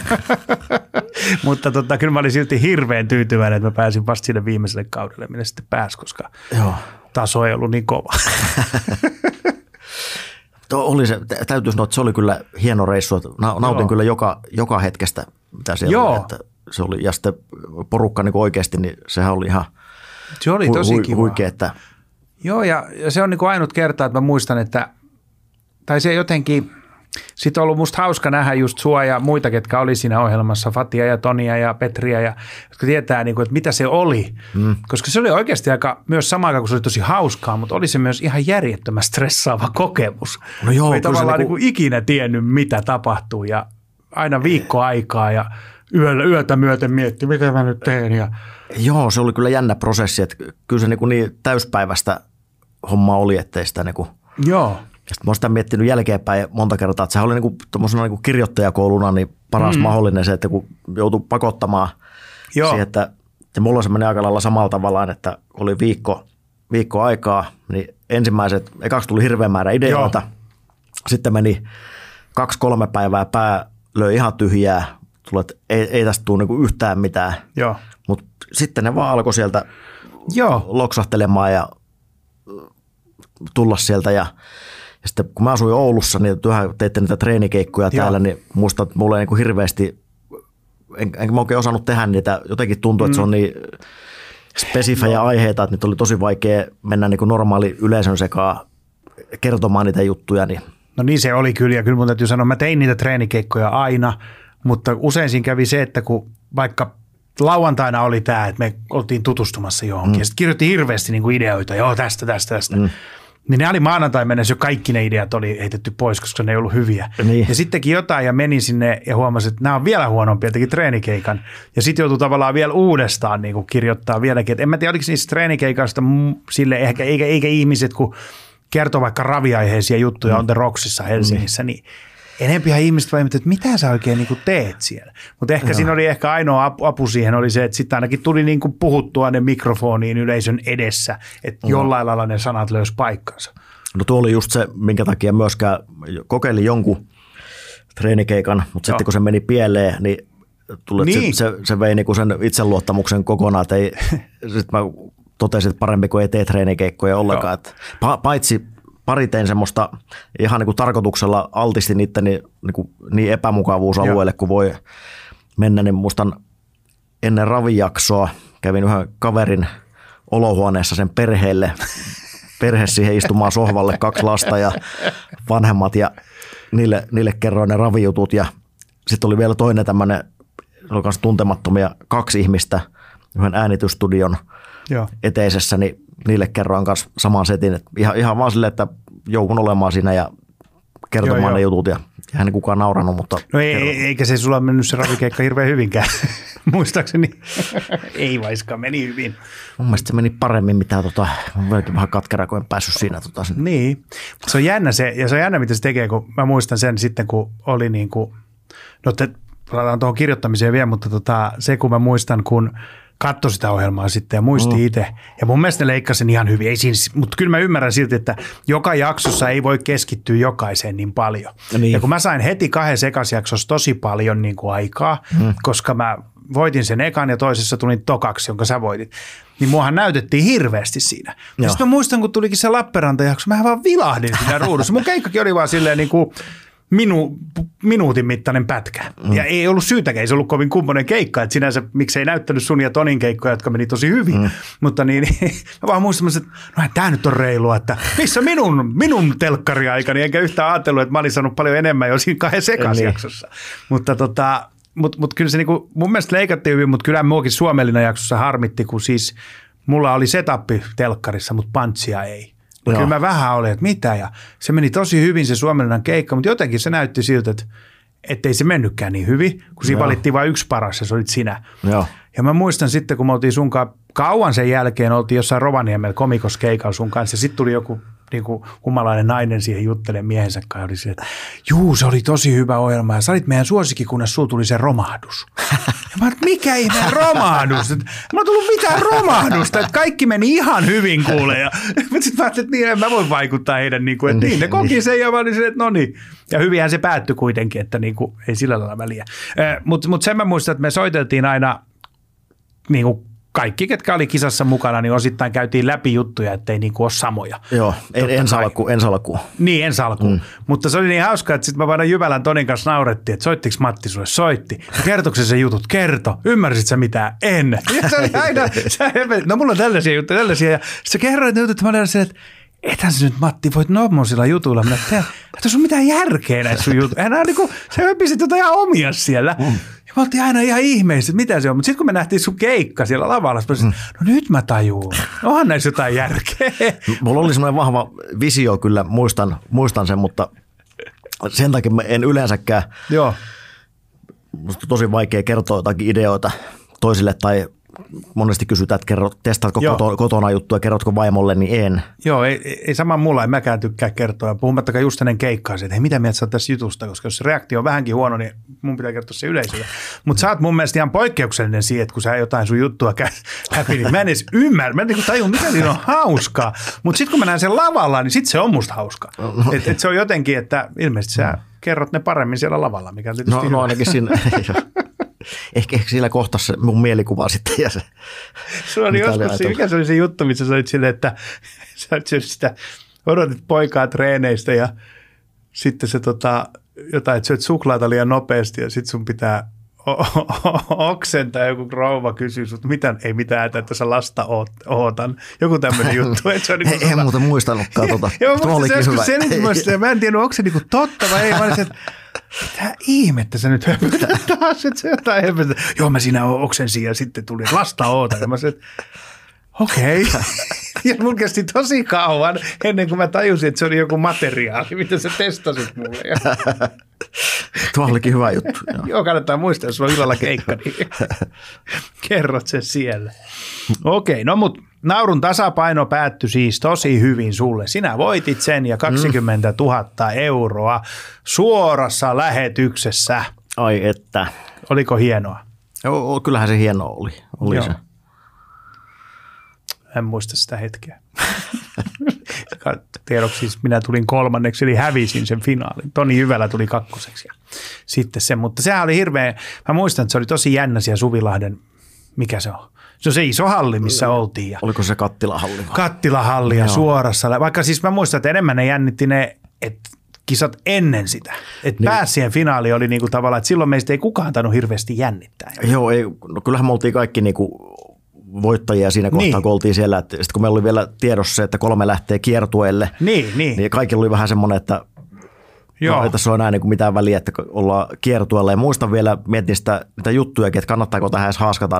Mutta kyllä mä olin silti hirveän tyytyväinen, että mä pääsin vasta sille viimeiselle kaudelle, minä sitten pääsin, koska taso ei ollut niin kova. Täytyy sanoa, että se oli kyllä hieno reissu. Nautin kyllä joka hetkestä, mitä siellä oli. Että se oli, ja sitten porukka niin oikeasti, niin sehän oli ihan se oli tosi kiva. Huikea. Että. Joo, ja se on niin kuin ainut kerta, että mä muistan, että tai se jotenkin, sitten on ollut musta hauska nähdä just sua ja muita, ketkä oli siinä ohjelmassa, Fatia ja Tonia ja Petriä, jotka tietää, niin kuin, että mitä se oli. Koska se oli oikeasti aika, myös sama aikaan, kun se oli tosi hauskaa, mutta oli se myös ihan järjettömän stressaava kokemus. No joo, ei tavallaan niin kuin ikinä tiennyt, mitä tapahtuu ja aina viikkoaikaa ja yötä myöten mietti, mitä mä nyt teen. Joo, se oli kyllä jännä prosessi, että kyllä se niin täyspäivästä hommaa oli, ettei sitä niin kuin. Joo. Ja sitten mä oon sitä miettinyt jälkeenpäin monta kertaa, että sehän oli tuommoisena kirjoittajakouluna niin paras mahdollinen se, että kun joutui pakottamaan siihen, että mulla se meni aika lailla samalla tavallaan, että oli viikko aikaa, niin ekaksi tuli hirveän määrä ideoita, sitten meni 2-3 päivää pää löi ihan tyhjää, tuli, että ei tästä tule niinku yhtään mitään, mutta sitten ne vaan alkoi sieltä loksahtelemaan ja tulla sieltä ja sitten kun mä asuin Oulussa, niin teitte niitä treenikeikkoja täällä, niin muistan, että mulla ei niin hirveästi, enkä mä oikein osannut tehdä niitä, jotenkin tuntui, että se on niin spesifejä aiheita, että nyt oli tosi vaikea mennä niin normaali yleisön sekaan kertomaan niitä juttuja, niin No niin se oli kyllä, ja kyllä mun täytyy sanoa, mä tein niitä treenikeikkoja aina, mutta usein siinä kävi se, että kun vaikka lauantaina oli tämä, että me oltiin tutustumassa johonkin, ja sitten kirjoitti hirveästi niin kuin ideoita, joo tästä. Niin ne oli maanantai mennessä jo kaikki ne ideat oli heitetty pois, koska ne ei ollut hyviä. Niin. Ja sitten teki jotain ja meni sinne ja huomasi, että nämä on vielä huonompia, teki treenikeikan. Ja sitten joutui tavallaan vielä uudestaan niin kuin kirjoittaa vieläkin. Et en mä tiedä, oliko niistä treenikeikasta sille ehkä, eikä ihmiset, kun kertoo vaikka raviaiheisia juttuja on The Rocksissa Helsingissä, niin enempihän ihmiset vai että mitä sä oikein niin kuin teet siellä. Mutta ehkä siinä oli ehkä ainoa apu siihen oli se, että sitten ainakin tuli niin kuin puhuttua ne mikrofoniin yleisön edessä, että jollain lailla ne sanat löysi paikkansa. No tuo oli just se, minkä takia myöskään kokeilin jonkun treenikeikan, mutta sitten kun se meni pieleen, niin se vei niinku sen itseluottamuksen kokonaan, että sitten mä totesin, että parempi kuin ei tee treenikeikkoja ollenkaan. Paitsi pari tein semmoista ihan niin kuin tarkoituksella altistin itteni niin epämukavuusalueelle kuin voi mennä, niin muistan ennen ravijaksoa kävin yhden kaverin olohuoneessa sen perhe siihen istumaan sohvalle, 2 lasta ja vanhemmat ja niille kerroin ne ravijutut ja sitten oli vielä toinen tämmöinen, oli kanssa tuntemattomia 2 ihmistä yhden äänitysstudion eteisessä, niin niille kerroin kanssa saman setin, että ihan vaan silleen, että joudun olemaan siinä ja kertomaan ne jutut ja eihän ne kukaan naurannut, mutta... No eikä se sulla mennyt se ravikeikka hirveän hyvinkään, muistaakseni. Ei vaiskaan, meni hyvin. Mun mielestä se meni paremmin, mitä vähän katkera, kun en päässyt siinä. Niin, se on jännä ja se on jännä, mitä se tekee, kun mä muistan sen sitten, kun oli niin kuin, no palataan tuohon kirjoittamiseen vielä, mutta se kun mä muistan, kun katsoi sitä ohjelmaa sitten ja muisti itse. Ja mun mielestä ne leikkasi sen ihan hyvin. Mutta kyllä mä ymmärrän silti, että joka jaksossa ei voi keskittyä jokaiseen niin paljon. Niin. Ja kun mä sain heti 2 ekasjaksossa tosi paljon niin kuin aikaa, koska mä voitin sen ekan ja toisessa tulin tokaksi, jonka sä voitit, niin muahan näytettiin hirveästi siinä. Ja sitten mä muistan, kun tulikin se Lappeenranta-jakso, mä vaan vilahdin siinä ruudussa. Mun keikkakin oli vaan silleen niin kuin minuutin mittainen pätkä. Ja ei ollut syytäkään, ei se ollut kovin kummonen keikka, että sinänsä miksei näyttänyt sun ja Tonin keikkoja, jotka meni tosi hyvin. Mutta niin, mä vaan muistan, että no tää nyt on reilua, että missä minun telkkariaikani, enkä yhtään ajatellut, että mä olin saanut paljon enemmän jo siinä 2 ekasjaksossa. Mutta Mutta kyllä se niinku, mun mielestä leikattiin hyvin, mutta kyllä muakin Suomellinen jaksossa harmitti, kun siis mulla oli setappi telkkarissa, mutta pantsia ei. Kyllä mä vähän olin, että mitä, ja se meni tosi hyvin se Suomellinen keikka, mutta jotenkin se näytti siltä, että ei se mennytkään niin hyvin, kun siinä valittiin vain yksi paras ja se olit sinä. Joo. Ja mä muistan sitten, kun me oltiin sunkaan, kauan sen jälkeen oltiin jossain Rovaniemellä komikos keikalla sun kanssa, ja sitten tuli joku niin kuin kummalainen nainen siihen juttelemaan miehensä kanssa, ja oli se, että juu, se oli tosi hyvä ohjelma, ja sä olit meidän suosikki, kunnes sulla tuli se romahdus. Ja mä olin, mikä ihme romahdus? Mä oon tullut mitään romahdusta, että kaikki meni ihan hyvin kuule. Ja sitten mä ajattelin, että niin, mä voin vaikuttaa heidän, niin kuin, että niin, ne koki sen, ja mä olin se, että no niin. Ja hyvinhän se päättyi kuitenkin, että niin kuin, ei sillä lailla väliä. Mutta sen mä muistan, että me soiteltiin aina niin kuin kaikki, ketkä oli kisassa mukana, niin osittain käytiin läpi juttuja, ettei niinku ole samoja. Joo, ensi alkuun. Niin, ensi alkuun. Mutta se oli niin hauskaa, että sitten mä vaan Jyvälän Tonin kanssa naurettiin, että soittiko Matti sulle? Soitti. Kertoiko se jutut? Kerto. Ymmärsit sä mitään? En. Ja se oli aina, no mulla on tällaisia juttuja, tällaisia. Ja sä kerroit ne jutut, että mä olin se, että ethän sä nyt Matti voit nommosilla jutuilla. Mä että tässä on mitään järkeä näissä sun jutuilla. Enää niin kuin, sä höpisit jotain ihan omia siellä. Ja me oltiin aina ihan ihmeisiä, että mitä se on. Mutta sitten kun me nähtiin sun keikka siellä lavalla, no nyt mä tajuun. Onhan näissä jotain järkeä. Mulla oli semmoinen vahva visio kyllä, muistan sen, mutta sen takia mä en yleensäkään. Joo. Musta on tosi vaikea kertoa jotakin ideoita toisille tai monesti kysytään, että testaatko kotona juttuja, kerrotko vaimolle, niin en. Joo, ei saman mulla, en mäkään tykkää kertoa. Puhumattakaan just ennen keikkaa, että hei, mitä mieltä sä oot tässä jutusta, koska jos se reaktio on vähänkin huono, niin mun pitää kertoa se yleisölle. Mutta sä oot mun mielestä ihan poikkeuksellinen siihen, että kun sä jotain sun juttua läpi, niin mä en edes ymmärrä, mä en tajun, mitä siinä on hauskaa. Mutta sitten kun mä näen sen lavalla, niin sitten se on musta hauskaa. Et se on jotenkin, että ilmeisesti sä kerrot ne paremmin siellä lavalla, mikä on tietysti no ainakin siinä. Ehkä siellä kohtaa se mun mielikuva sitten. Ja se, sulla oli joskus, mikä se oli se juttu, missä sä olit silleen, että sä sitä odotit poikaa treeneistä ja sitten se jotain, että syöt suklaata liian nopeasti ja sitten sun pitää oksenta joku rouva kysyy sut, ei mitään, että tässä lasta ootan. Joku tämmöinen juttu. Että se on niin en muuten muistanutkaan tuota. Tuo olikin hyvä. Mä en tiedä, onko se niinku totta vai ei. Mä olisin, että mitä ihmettä sä nyt höpötät taas, että se jotain höpötät. Joo, mä siinä oksensin ja sitten tuli lasta ootan. Ja mä sanoin, että okei. Ja mun kesti tosi kauan ennen kuin mä tajusin, että se oli joku materiaali, mitä sä testasit mulle. Tuo olikin hyvä juttu. Joo, kannattaa muistaa, jos sulla on illalla keikka, niin kerrot sen siellä. Okei, no mut naurun tasapaino päättyi siis tosi hyvin sulle. Sinä voitit sen ja 20 000 euroa suorassa lähetyksessä. Ai että. Oliko hienoa? Joo, kyllähän se hienoa oli Joo. se. En muista sitä hetkeä. Tiedoksi siis minä tulin kolmanneksi, eli hävisin sen finaalin. Toni Hyvälä tuli kakkoseksi. Ja sitten se, mutta sehän oli hirveä, mä muistan, että se oli tosi jännä siellä Suvilahden, mikä se on? Se on se iso halli, missä oltiin. Ja oliko se Kattilahalli? Kattilahalli ja suorassa. Vaikka siis mä muistan, että enemmän ne jännitti ne, että kisat ennen sitä. Että niin. Pääsien finaali oli niinku tavallaan, että silloin meistä ei kukaan tainnut hirveästi jännittää. Joo, ei, no kyllähän me oltiin kaikki niinku voittajia siinä kohtaa, niin. Kun oltiin siellä. Sitten kun meillä oli vielä tiedossa se, että 3 lähtee kiertueelle, niin kaikilla oli vähän semmoinen, että no, ei tässä ole enää niin mitään väliä, että ollaan kiertueella. Ja muistan vielä, mietin sitä juttujakin, että kannattaako tähän edes haaskata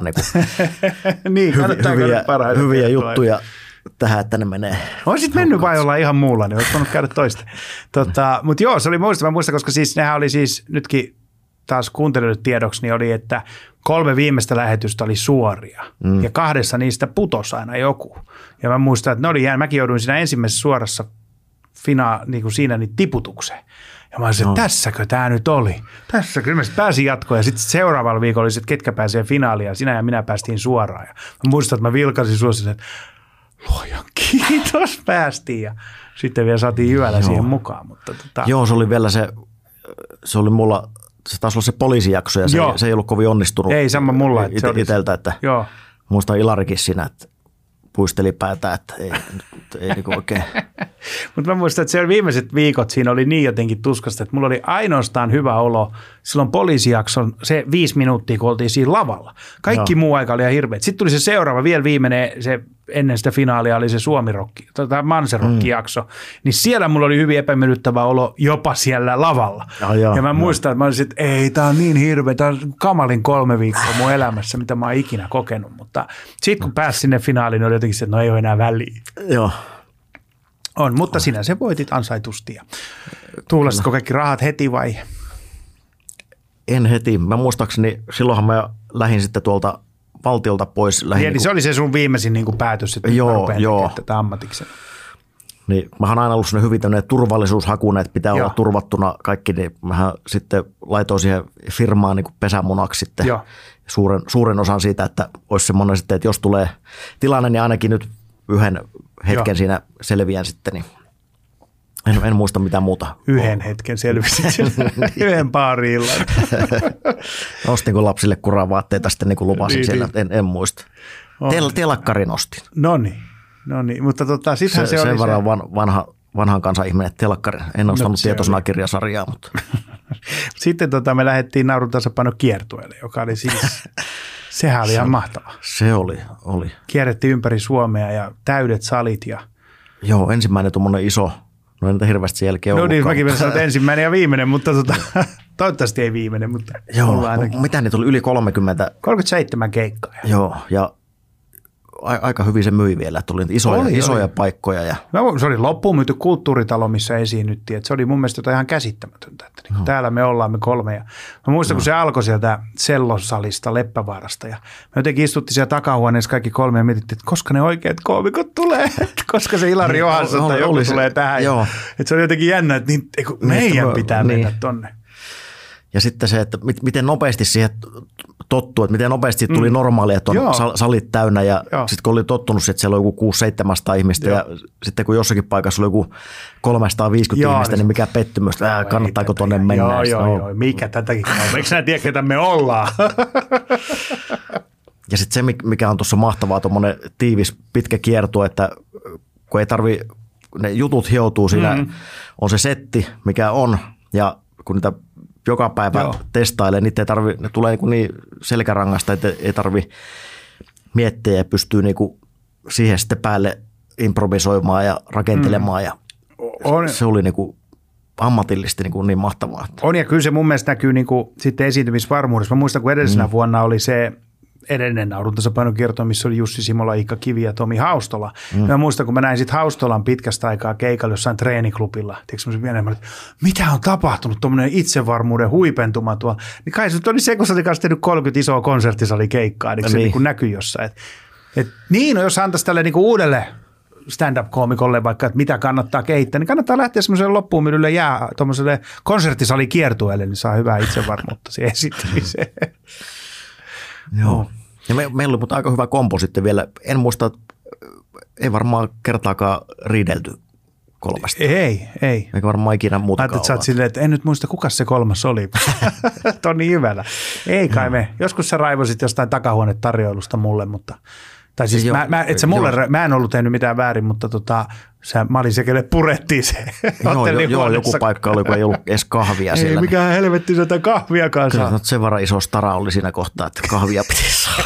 niin, hyviä juttuja tähän, että ne menee. Olisit mennyt vai olla ihan muulla, niin olisi voinut käydä toista. Mutta joo, se oli muista. Mä muistan, koska siis nehän oli siis nytkin taas kuuntelijoille tiedoksi, niin oli, että 3 viimeistä lähetystä oli suoria. Ja 2 niistä putosi aina joku. Ja mä muistan, että ne oli mäkin jouduin siinä ensimmäisessä suorassa niin kuin siinä niin tiputukseen. Ja mä olisin, että tässäkö tämä nyt oli? Tässä kyllä mä pääsin jatkoon. Ja sitten seuraavalla viikolla oli, että ketkä pääsee finaaliin. Ja sinä ja minä päästiin suoraan. Ja mä muistan, että mä vilkasin suosin, että luojan kiitos, päästiin. Ja sitten vielä saatiin Hyvälä siihen mukaan. Mutta Joo, se oli vielä se oli mulla, se taisi olla se poliisijakso ja se ei ollut kovin onnistunut. Ei sama mulla. Iteltä, että muistan Ilarikin siinä, että puisteli päätä, että ei niin oikein. Mutta mä muistan, että se viimeiset viikot siinä oli niin jotenkin tuskasta, että mulla oli ainoastaan hyvä olo silloin poliisijakson se 5 minuuttia, kun oltiin siinä lavalla. Kaikki muu aika oli ihan hirveä. Sitten tuli se seuraava, vielä viimeinen, se ennen sitä finaalia oli se Suomi-rokki, Manserokki-jakso. Niin siellä mulla oli hyvin epämiellyttävä olo jopa siellä lavalla. Ja mä muistan, että mä olisin, että ei, tää on niin hirveä, tää on kamalin 3 viikkoa mun elämässä, mitä mä oon ikinä kokenut. Mutta sitten kun pääsi sinne finaaliin, niin oli jotenkin se, että no ei ole enää väliä. Joo. On, mutta sinä se voitit ansaitusti. Tuulasitko kaikki rahat heti vai? En heti. Mä muistaakseni, silloinhan mä lähdin sitten tuolta valtiolta pois. Niin se oli se sun viimeisin niin kuin päätös, että joo. Tätä ammatiksen. Niin, mähän aina ollut hyvin tämmöinen turvallisuushakuinen, että pitää olla turvattuna kaikki, niin mähän sitten laitoin siihen firmaan niin kuin pesämunaksi sitten suuren osan siitä, että olisi semmoinen sitten, että jos tulee tilanne, niin ainakin nyt yhden hetken siinä selviän sitten, niin en muista mitään muuta. Yhden hetken selvisit, yhden baari-illan. Ostinko lapsille kuravaatteita sitten niin kuin lupasin siellä, en muista. Telakkarin ostin. No niin, mutta sittenhän se oli sen verran vanhan kansan ihminen, että telakkarin. En ostanut tietosanakirjasarjaa, mutta. Sitten me lähdettiin naurun tasapaino kiertueelle, joka oli siis, sehän oli ihan mahtava. Se oli. Kierrettiin ympäri Suomea ja täydet salit. Joo, ensimmäinen tuommoinen iso, no ei niitä hirveästi sen jälkeen ollutkaan. No niin, mäkin sanoin, että ensimmäinen ja viimeinen, mutta toivottavasti ei viimeinen. Mutta joo, mitä niitä oli yli 30? 37 keikkaa. Joo, ja aika hyvin se myi vielä, että oli isoja paikkoja. Ja. No, se oli loppuun myyty kulttuuritalo, missä esiinnyttiin. Että se oli mun mielestä ihan käsittämätöntä, että niin täällä me ollaan me 3. Ja mä muistan, kun se alkoi sieltä Sellosalista, Leppävaarasta. Ja me jotenkin istuttiin siellä takahuoneessa kaikki 3 ja mietittiin, että koska ne oikeat koomikot tulee, koska se Ilari Johansson tai joku tulee tähän. Että se oli jotenkin jännä, että meidän pitää mennä tonne. Ja sitten se, että miten nopeasti siihen tottuu, että miten nopeasti tuli normaalia, että on salit täynnä ja sitten kun oli tottunut, että siellä on joku 600-700 ihmistä ja sitten kun jossakin paikassa oli joku 350 ihmistä, niin mikä pettymys, kannattaako tuonne mennä. Joo, mikä tätäkin on, eikö nää tiedä, ketä me ollaan? Ja sitten se, mikä on tuossa mahtavaa, tuommoinen tiivis pitkä kierto, että kun ei ne jutut hioutuu siinä, on se setti, mikä on ja kun niitä joka päivä testailemaan. Niitä ei ne tulee niin selkärangasta, että ei tarvi miettiä ja pystyy niin siihen sitten päälle improvisoimaan ja rakentelemaan. Ja se oli niin ammatillisesti niin mahtavaa. On, ja kyllä se mun mielestä näkyy niin sitten esiintymisvarmuudessa. Mä muistan, kun edellisenä vuonna oli se edellinen nauruntasapainokierto, missä oli Jussi Simola, Iikka Kivi ja Tomi Haustola. Mä muistan, kun mä näin sitten Haustolan pitkästä aikaa keikalla jossain treeniklubilla. Tiedätkö, mitä on tapahtunut, tuommoinen itsevarmuuden huipentuma tuolla. Niin kai se oli se, kun sä oli kanssa tehnyt 30 isoa konserttisalikeikkaa, niin se niin näkyy jossain. Niin, no jos antaisi tälle niin uudelle stand-up-koomikolle vaikka, että mitä kannattaa kehittää, niin kannattaa lähteä semmoiselle loppuun myydylle tuommoiselle konserttisalikiertueelle, niin saa hyvää itsevarmuutta siihen esittämiseen. Joo. Ja meillä oli mutta aika hyvä kompo sitten vielä. En muista, ei varmaan kertaakaan riidelty kolmesta. Ei. Eikä varmaan ikinä muutakaan olla. Ajattelet, sä oot silleen, että en nyt muista, kuka se kolmas oli. Toni Jyvälä. Ei kai me. Joskus sä raivosit jostain takahuonetarjoilusta mulle, mutta tai siis mä en ollut tehnyt mitään väärin, mutta mä olin se, kelle purettiin se. Joo, joku paikka oli, kun ei ollut edes kahvia siellä. Ei mikään helvetti sitä kahviakaan saa. Kyllä sen verran iso stara oli siinä kohtaa, että kahvia piti saada.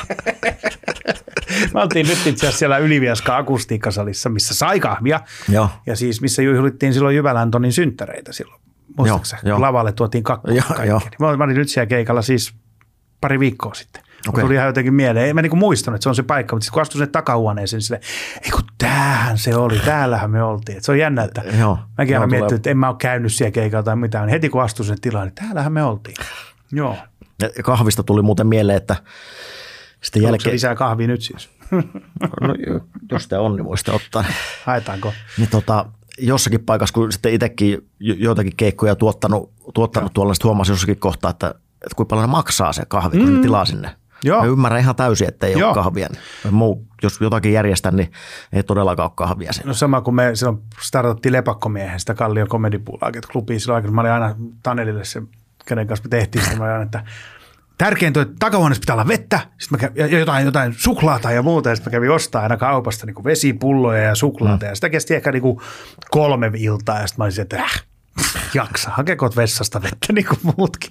Me oltiin nyt itse asiassa siellä Ylivieskan akustiikkasalissa, missä sai kahvia. Joo. Ja siis missä juhlittiin silloin Jyvälän Antonin synttäreitä silloin. Muistaakseni? Lavalle tuotiin kakku kaikki. Mä olin nyt siellä keikalla siis pari viikkoa sitten. Okay. Tuli ihan jotenkin mieleen. En mä niinku muistanut, että se on se paikka, mutta sitten kun astuin sinne takahuoneeseen, niin silleen, ei kun tämähän se oli, täällähän me oltiin. Et se on jännä, että mäkin aina miettinyt, että en mä ole käynyt siellä keikalla tai mitään. Heti kun astuin sinne tilaan, niin täällähän me oltiin. Joo. Ja kahvista tuli muuten mieleen, että sitten jälkeen... lisää kahvia nyt siis? No, jos sitä on, niin voi sitä ottaa. Haetaanko? Niin jossakin paikassa, kun sitten itsekin joitakin keikkoja tuottanut tuolla, sitten huomasin jossakin kohtaa, että kuinka paljon ne maksaa se kahvi, kun ne tilaa sinne. Joo. Mä ymmärrän ihan täysin, että ei ole kahvia. Jos jotakin järjestän, niin ei todellakaan ole kahvia siinä. No sama kuin me silloin startattiin Lepakkomiehen, sitä Kallion Comedy Pool-klubiin silloin aikana. Mä olin aina Tanelille se, kenen kanssa me tehtiin sitä. Mä olin aina, että tärkeintä, että takahuoneessa pitää olla vettä, ja jotain suklaata ja muuta. Ja sitten mä kävin ostaa aina kaupasta niin vesipulloja ja suklaata. Ja sitä kesti ehkä niin 3 iltaa. Ja sitten mä olisin, että jaksa, hakekoot vessasta vettä niin kuin muutkin.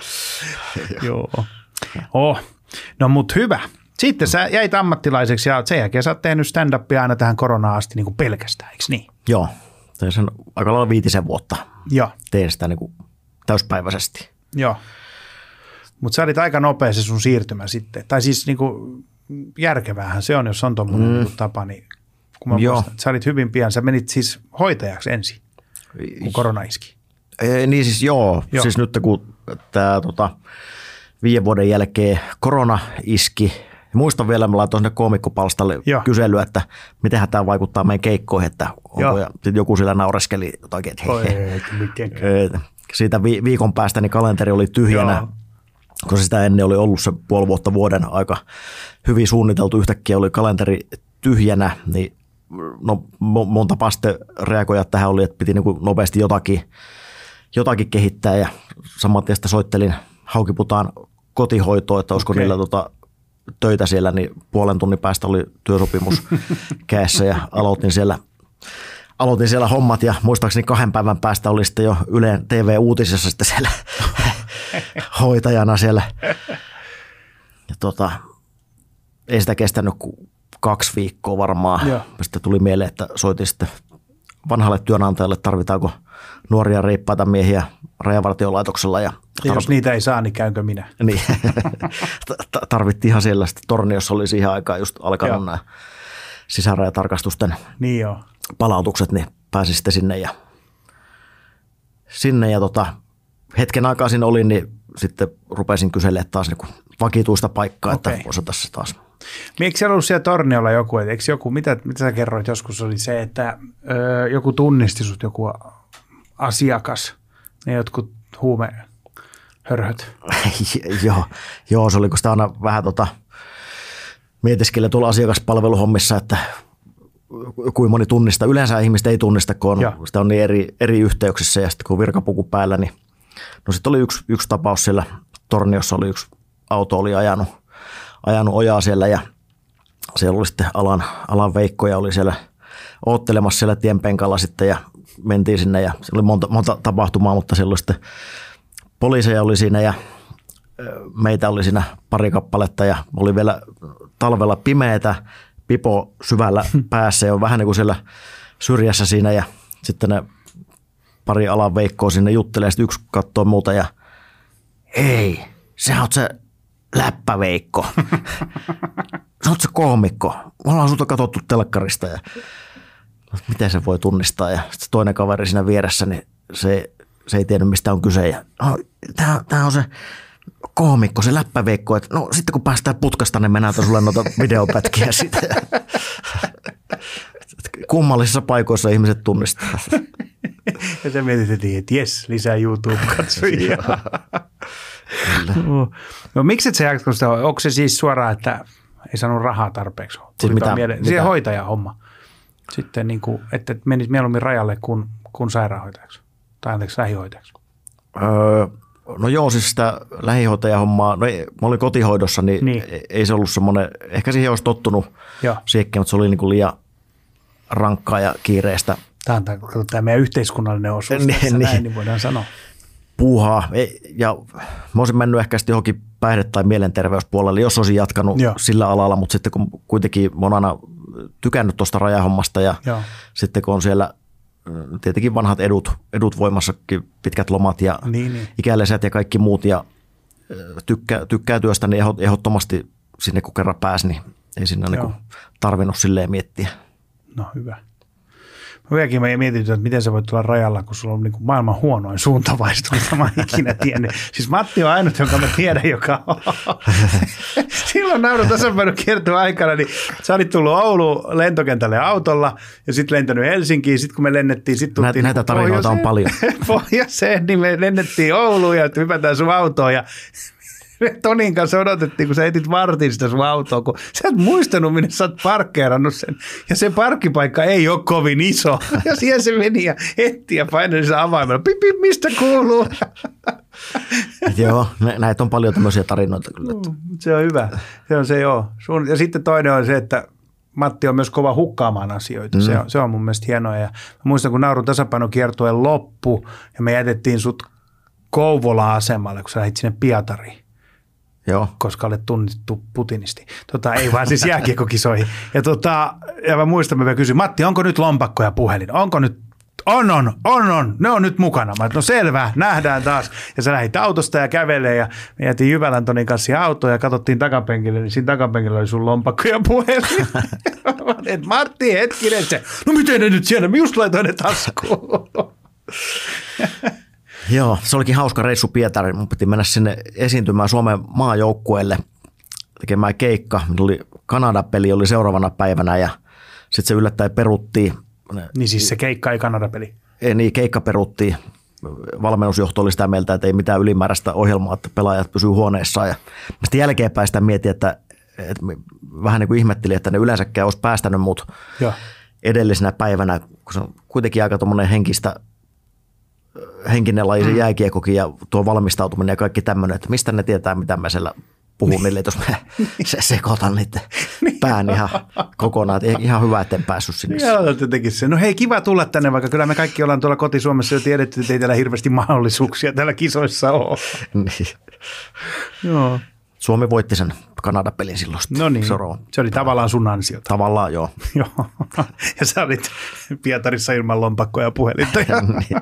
Joo. No mut hyvä. Sitten sä jäit ammattilaiseksi ja sen jälkeen sä oot tehnyt stand-upia aina tähän koronaan asti niin kuin pelkästään, eikö niin? Joo, tein sen aika lailla 5 vuotta. Joo. Tein sitä niin kuin täyspäiväisesti. Joo. Mutta sä olit aika nopea se sun siirtymä sitten. Tai siis niin kuin järkeväähän se on, jos on tuommoinen niin tapa. Niin, kun mä muistan, että sä olit hyvin pian. Sä menit siis hoitajaksi ensin, kun korona iski. Niin siis joo. Siis nyt kun tämä 5 vuoden jälkeen korona iski. Muistan vielä, mä laitoin sinne koomikkopalstalle kyselyä, että mitenhän tämä vaikuttaa meidän keikkoihin, että onko, ja sitten joku siellä naureskeli jotakin, että siitä viikon päästä niin kalenteri oli tyhjänä, koska sitä ennen oli ollut se puoli vuotta vuoden aika hyvin suunniteltu, yhtäkkiä oli kalenteri tyhjänä, niin no, monta sitten reagoja tähän oli, että piti niin kuin nopeasti jotakin kehittää ja saman tien soittelin Haukiputaan kotihoitoon, että olisiko niillä töitä siellä, niin puolen tunnin päästä oli työsopimus kädessä ja aloitin siellä hommat ja muistaakseni 2 päivän päästä oli sitten jo Ylen TV-uutisessa sitten siellä hoitajana siellä. Ja ei sitä kestänyt kuin 2 viikkoa varmaan. Joo. Sitten tuli mieleen, että soitin sitten vanhalle työnantajalle, tarvitaanko nuoria reippaita miehiä Rajavartiolaitoksella. Ja jos niitä ei saa, niin käynkö minä? Niin. Tarvittiin ihan siellä. Torniossa oli siihen aikaan just alkanut nämä sisärajatarkastusten palautukset, niin pääsin sitten sinne ja hetken aikaa siinä olin, niin sitten rupesin kyselemään taas niin vakituista paikkaa, että voisi tässä taas. Eikö siellä ollut siellä Torniolla joku, että eikö joku, mitä sä kerroit joskus, oli se, että joku tunnisti sut, joku asiakas, ne jotkut huumehörhöt. Joo, se oli, kun sitä aina vähän mietiskellä tuolla asiakaspalveluhommissa, että kuinka moni tunnistaa. Yleensä ihmiset ei tunnista, kun sitä on niin eri yhteyksissä ja sitten kun virkapuku päällä, niin no sitten oli yksi tapaus siellä Torniossa, oli yksi auto oli ajanut ojaa siellä ja siellä oli sitten alan veikkoja oli siellä oottelemassa siellä tienpenkalla sitten ja mentiin sinne ja siellä oli monta tapahtumaa, mutta siellä oli sitten poliiseja oli siinä ja meitä oli siinä pari kappaletta ja oli vielä talvella pimeätä, pipo syvällä päässä ja on vähän niin kuin siellä syrjässä siinä ja sitten ne pari alan veikkoa sinne juttelee, sitten yksi katsoo muuta ja ei, sä oot se läppäveikko. Sä oot se koomikko. Me ollaan sulta katsottu telkkarista ja miten se voi tunnistaa ja sitten toinen kaveri siinä vieressä, niin se ei tiennyt mistä on kyse ja no, tää on se koomikko, se läppäveikko, että no sitten kun päästään putkasta, niin me näytän sulle noita videopätkiä siitä. Kummallisissa paikoissa ihmiset tunnistaa. Ja sä mietittiin, että jes, lisää YouTube-katsojia. No miksi et sä jaksa sitä? Onko se siis suoraan, että ei saanut rahaa tarpeeksi? Siis mitä? Siihen hoitajahomma. Sitten niin kuin, että menit mieluummin rajalle kuin sairaanhoitajaksi. Tai anteeksi, lähihoitajaksi. No joo, siis sitä lähihoitajahommaa, no mä olin kotihoidossa, niin ei se ollut semmoinen, ehkä siihen olisi tottunut siekkiä, mutta se oli niin kuin liian rankkaa ja kiireistä. Tämä on tämä meidän yhteiskunnallinen osuus, niin voidaan sanoa. Puuhaa. Ja mä olisin mennyt ehkä sitten johonkin päihde- tai mielenterveyspuolelle, jos olisin jatkanut sillä alalla, mutta sitten kun kuitenkin mä oon aina tykännyt tuosta rajahommasta ja sitten kun on siellä tietenkin vanhat edut voimassakin, pitkät lomat ja ikäleset ja kaikki muut ja tykkää työstä, niin ehdottomasti sinne kun kerran pääsi, niin ei sinne niin tarvinnut silleen miettiä. No hyvä. Mä mietin, että miten sä voit tulla rajalla, kun sulla on niin kuin maailman huonoin suuntavaisto, mitä mä ikinä tiennyt. Siis Matti on ainut, jonka mä tiedän, joka on. Silloin Naurun tasapainon kiertoon aikana, niin sä olit tullut Ouluun lentokentälle autolla ja sitten lentänyt Helsinkiin. Sitten kun me lennettiin, näitä tarinoita on paljon. Pohjoiseen, niin me lennettiin Ouluun ja hypätään sun autoon ja Tonin kanssa odotettiin, kun sä etit vartin sitä sun autoa, kun sä et muistanut, minne sä oot parkkeerannut sen. Ja se parkkipaikka ei ole kovin iso. Ja siihen se meni ja etti ja painoi sen avaimella. Pip, mistä kuuluu? Joo, näitä on paljon tämmöisiä tarinoita kyllä. Se on hyvä. Se on se joo. Ja sitten toinen on se, että Matti on myös kova hukkaamaan asioita. Se on mun mielestä hienoa. Ja mä muistan, kun Naurun tasapainokiertueen loppu ja me jätettiin sut Kouvola-asemalle, kun sä lähdit sinne Pietariin. Joo. Koska olet tunnettu putinisti. Ei vaan siis jääkiekkokisoihin. Ja mä muistan, mä kysyin, Matti, onko nyt lompakko ja puhelin? Onko nyt? On. Ne on nyt mukana. Mä no selvä, nähdään taas. Ja sä lähdit autosta ja kävelee ja me jätiin Jyvälän Tonin kanssa autoon ja katsottiin takapenkille, niin siinä takapenkillä oli sun lompakko ja puhelin. Et Matti, hetkinen se. No miten ne nyt siellä? Mä just laitoin ne taskuun. Joo, se olikin hauska reissu Pietariin. Mun piti mennä sinne esiintymään Suomen maajoukkueelle tekemään keikka. Kanada-peli oli seuraavana päivänä ja sitten se yllättäen peruttiin. Niin siis se keikka ei Kanada-peli? Ei, niin keikka peruttiin. Valmennusjohto oli sitä mieltä, että ei mitään ylimääräistä ohjelmaa, että pelaajat pysyy huoneessaan. Ja sitten jälkeenpäin sitä mietin, että vähän niin kuin ihmetteli, että ne yleensäkään olisi päästänyt mut edellisenä päivänä, kun se on kuitenkin aika tuommoinen henkinen laji, se jääkiekkokin ja tuo valmistautuminen ja kaikki tämmöinen, että mistä ne tietää, mitä mä siellä puhun niille, jos mä sekoitan niiden pään ihan kokonaan. Ihan hyvä, etten päässyt sinne. Joo, se. No hei, kiva tulla tänne, vaikka kyllä me kaikki ollaan tuolla koti-Suomessa jo tiedetty, että ei täällä hirveästi mahdollisuuksia täällä kisoissa ole. Niin. Joo. Suomi voitti sen Kanada-pelin silloin. No niin, se oli tavallaan sun ansiota. Tavallaan, joo. Joo. Ja sä olit Pietarissa ilman lompakkoja ja puhelinta. Niin.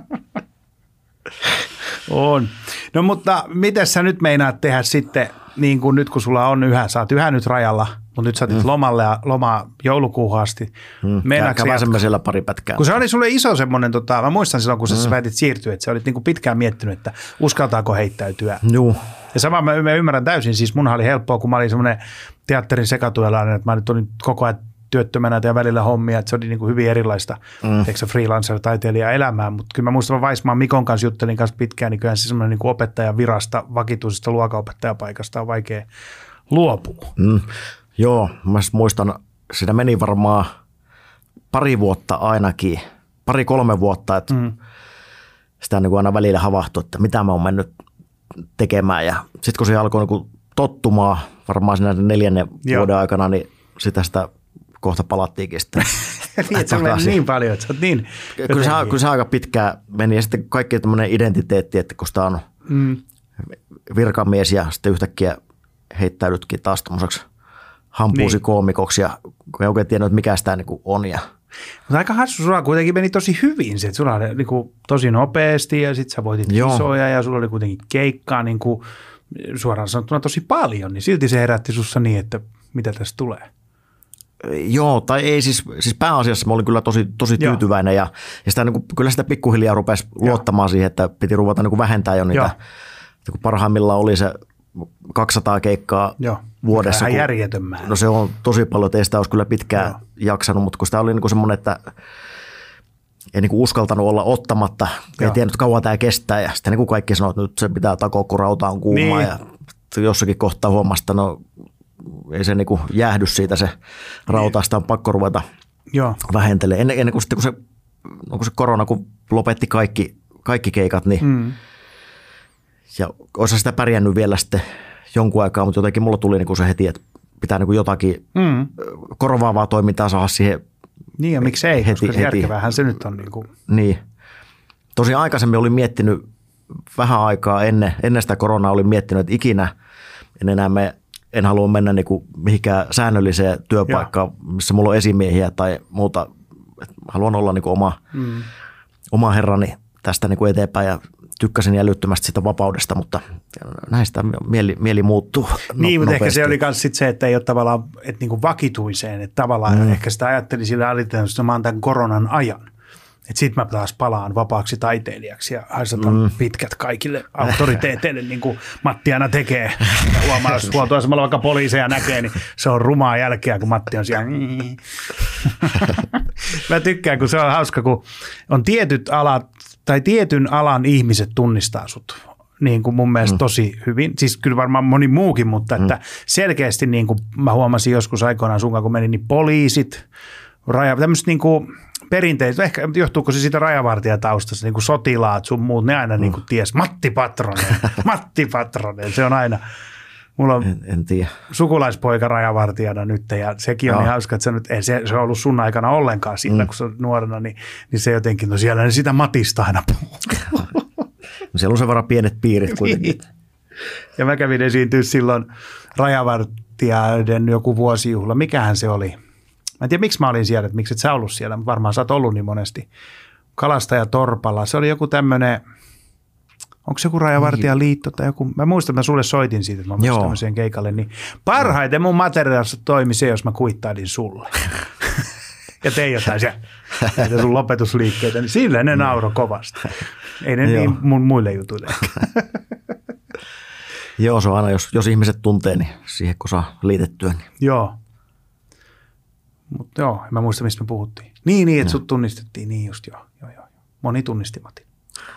On. No mutta miten sä nyt meinaat tehdä sitten, niin kuin nyt kun sulla on sä oot yhä nyt rajalla, mutta nyt sä otit lomalle ja lomaa joulukuuhun asti. Käväsemme siellä pari pätkää. Kun se oli sulle iso semmoinen, mä muistan silloin, kun sä päätit siirtyä, että sä olit niin kuin pitkään miettinyt, että uskaltaako heittäytyä. Joo. Ja sama mä ymmärrän täysin, siis munhan oli helppoa, kun mä olin semmoinen teatterin sekatuelainen, että mä nyt olin koko ajan työttömänä ja välillä hommia, että se oli niin kuin hyvin erilaista freelancer-taiteilija-elämää, mutta kyllä mä muistan Vaismaan Mikon kanssa juttelin kanssa pitkään, niin kyllä se semmoinen niin kuin opettajan virasta, vakituisesta luokanopettajapaikasta on vaikea luopua. Joo, mä muistan, siinä meni varmaan 2 vuotta ainakin, 2-3 vuotta, että sitä niin kuin aina välillä havahtui, että mitä mä oon mennyt tekemään ja sitten kun se alkoi niin kuin tottumaan varmaan siinä 4. vuoden aikana, niin sitä kohta palattiinkin sitten. Niin, se meni niin paljon, että sä oot niin. Kyllä se aika pitkään meni ja sitten kaikki tämmöinen identiteetti, että kun sitä on virkamies ja sitten yhtäkkiä heittäydytkin taas tommoseksi hampuusikoomikoksi ja kun ei oikein tiennyt, että mikä sitä niin on. Mutta aika hassu, sulla kuitenkin meni tosi hyvin se, että sulla oli niin kuin tosi nopeasti ja sitten sä voitit kisoja ja sulla oli kuitenkin keikkaa niin kuin suoraan sanottuna tosi paljon, niin silti se herätti sussa niin, että mitä tästä tulee. Joo, tai ei siis pääasiassa mä olin kyllä tosi tyytyväinen ja sitä niin kuin, kyllä sitä pikkuhiljaa rupesi luottamaan siihen, että piti ruveta niin kuin vähentää jo niitä, kun parhaimmillaan oli se 200 keikkaa vuodessa. Vähän järjetön määrä. No se on tosi paljon, että ei sitä olisi kyllä pitkään jaksanut, mutta kun sitä oli niin kuin semmoinen, että ei niin kuin uskaltanut olla ottamatta, ei tiennyt kauan tämä kestää ja sitten niin kuin kaikki sanoo, että nyt se pitää takoa, kun rauta on kuumaa ja jossakin kohtaa huomasta, no ei se niin kuin jäähdy siitä se rauta, sitä on pakko ruveta vähentelemään. Ennen kuin sitten kun se korona, kun lopetti kaikki keikat, niin ja olisi sitä pärjännyt vielä sitten jonkun aikaa, mutta jotenkin mulla tuli niin kuin se heti, että pitää niin kuin jotakin korvaavaa toimintaa saada siihen. Niin ja miksei, koska järkevähän se nyt on. Niin. Tosiaan aikaisemmin olin miettinyt vähän aikaa ennen sitä koronaa, olin miettinyt, että ikinä en halua mennä niin kuin mihinkään säännölliseen työpaikkaan, missä mulla on esimiehiä tai muuta. Haluan olla niin kuin oma herrani tästä niin kuin eteenpäin ja tykkäsin älyttömästi sitä vapaudesta, mutta näistä mieli muuttuu Niin, mutta ehkä se oli myös se, että ei ole tavallaan että niin kuin vakituiseen, että tavallaan ehkä sitä ajatteli sillä alitetusti, että mä oon tämän koronan ajan. Että sit mä taas palaan vapaaksi taiteilijaksi ja haisatan pitkät kaikille autoriteeteille, niin kuin Matti aina tekee. Ja huomaa, jos huoltoasemalla vaikka poliiseja näkee, niin se on rumaa jälkeä, kun Matti on siellä. Mä tykkään, kun se on hauska, kun on tietyt alat tai tietyn alan ihmiset tunnistaa sut. Niin kuin mun mielestä tosi hyvin. Siis kyllä varmaan moni muukin, mutta että selkeästi niin kuin mä huomasin joskus aikoinaan sunkaan, kun menin, niin poliisit, tämmöiset niin kuin perinteiset, ehkä johtuuko se siitä rajavartijataustasta, niin kuin sotilaat, sun muut, ne aina niin kuin ties, Matti Patronen, se on aina. Mulla on en tiedä. Sukulaispoika rajavartijana nyt ja sekin on niin hauska, että se on ollut sun aikana ollenkaan siinä, kun sä olet nuorena, niin se jotenkin, no siellä sitä Matista aina puhuu. No siellä on sen verran pienet piirit kuitenkin. Ja mä kävin esiintyä silloin rajavartijaiden joku vuosijuhla. Mikähän se oli? Mä en tiedä, miksi mä olin siellä, että miksi et sä ollut siellä, mutta varmaan sä oot ollut niin monesti. Kalastaja Torpalla. Se oli joku tämmöinen, onko se joku rajavartijaliitto tai joku, mä muistan, että mä sulle soitin siitä, että mä muistan tämmöiseen keikalle, niin parhaiten mun materiaalissa toimi se, jos mä kuittailin sulle. Ja tein jotain siellä, näitä sun lopetusliikkeitä, niin sillä ne nauroi kovasti. Ei ne niin mun muille jutuille. Joo, se on aina, jos ihmiset tuntee, niin siihen kun saa liitettyä. Niin. Joo. Mutta joo, mä muistan, mistä me puhuttiin. Niin, että sut tunnistettiin, niin just joo. Moni tunnisti Matin.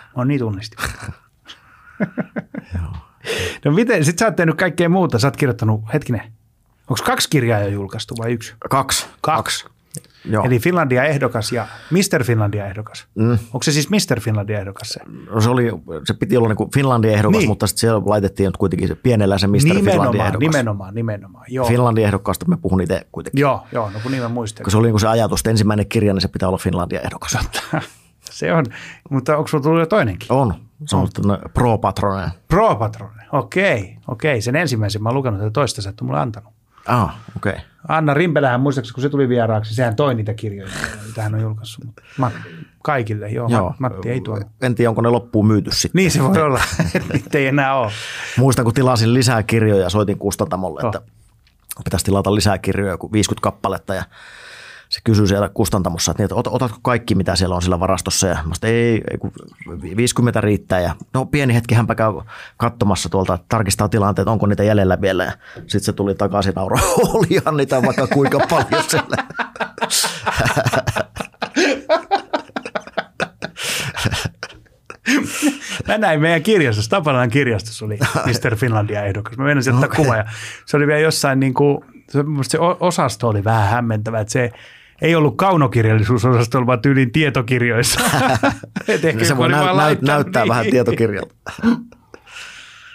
No miten, sit sä oot tehnyt kaikkea muuta, sä oot kirjoittanut, onko 2 kirjaa jo julkaistu vai 1? 2. Joo. Eli Finlandia-ehdokas ja Mr. Finlandia-ehdokas. Onko se siis Mr. Finlandia-ehdokas se? No se piti olla niin kuin Finlandia-ehdokas, mutta sitten siellä laitettiin kuitenkin pienellä se Mr. Finlandia-ehdokas. Nimenomaan. Joo. Finlandia-ehdokkaasta mä puhun itse kuitenkin. Joo, no kun niin mä muistelin. Kun se oli niin kuin se ajatus, että ensimmäinen kirja, niin se pitää olla Finlandia-ehdokas. Se on, mutta onko sulla tullut jo toinenkin? On. Se on Pro Patronen. Pro Patronen, okei. Sen ensimmäisen mä oon lukenut, että toista sä et ole mulle antanut. Okei. Anna Rimpelähän muistaakseni, kun se tuli vieraaksi, sehän toi niitä kirjoja, mitä hän on julkaissut. Kaikille, Matti ei tuonut. En tiedä, onko ne loppuun myyty sitten. Niin se voi olla, että niitä ei enää ole. Muistan, kun tilasin lisää kirjoja ja soitin kustantamolle, että pitäisi tilata lisää kirjoja, joku 50 kappaletta ja se kysyi siellä kustantamossa, että otatko kaikki, mitä siellä on sillä varastossa? Ja mä sanoin, ei, 50 riittää. Ja no pieni hetki hänpä käy katsomassa tuolta, että tarkistaa tilanteet, onko niitä jäljellä vielä. Ja sitten se tuli takaisin nauraa, olihan niitä vaikka kuinka paljon siellä. Mä näin meidän kirjastossa, Tapalan kirjastossa oli Mr. Finlandia-ehdokas. Mä meinasin ottaa kuva ja se oli vielä jossain, niin kuin, se osasto oli vähän hämmentävä, että se ei ollut kaunokirjallisuusosasto, vaan tyylin tietokirjoissa. Se voi näyttää vähän tietokirjalta.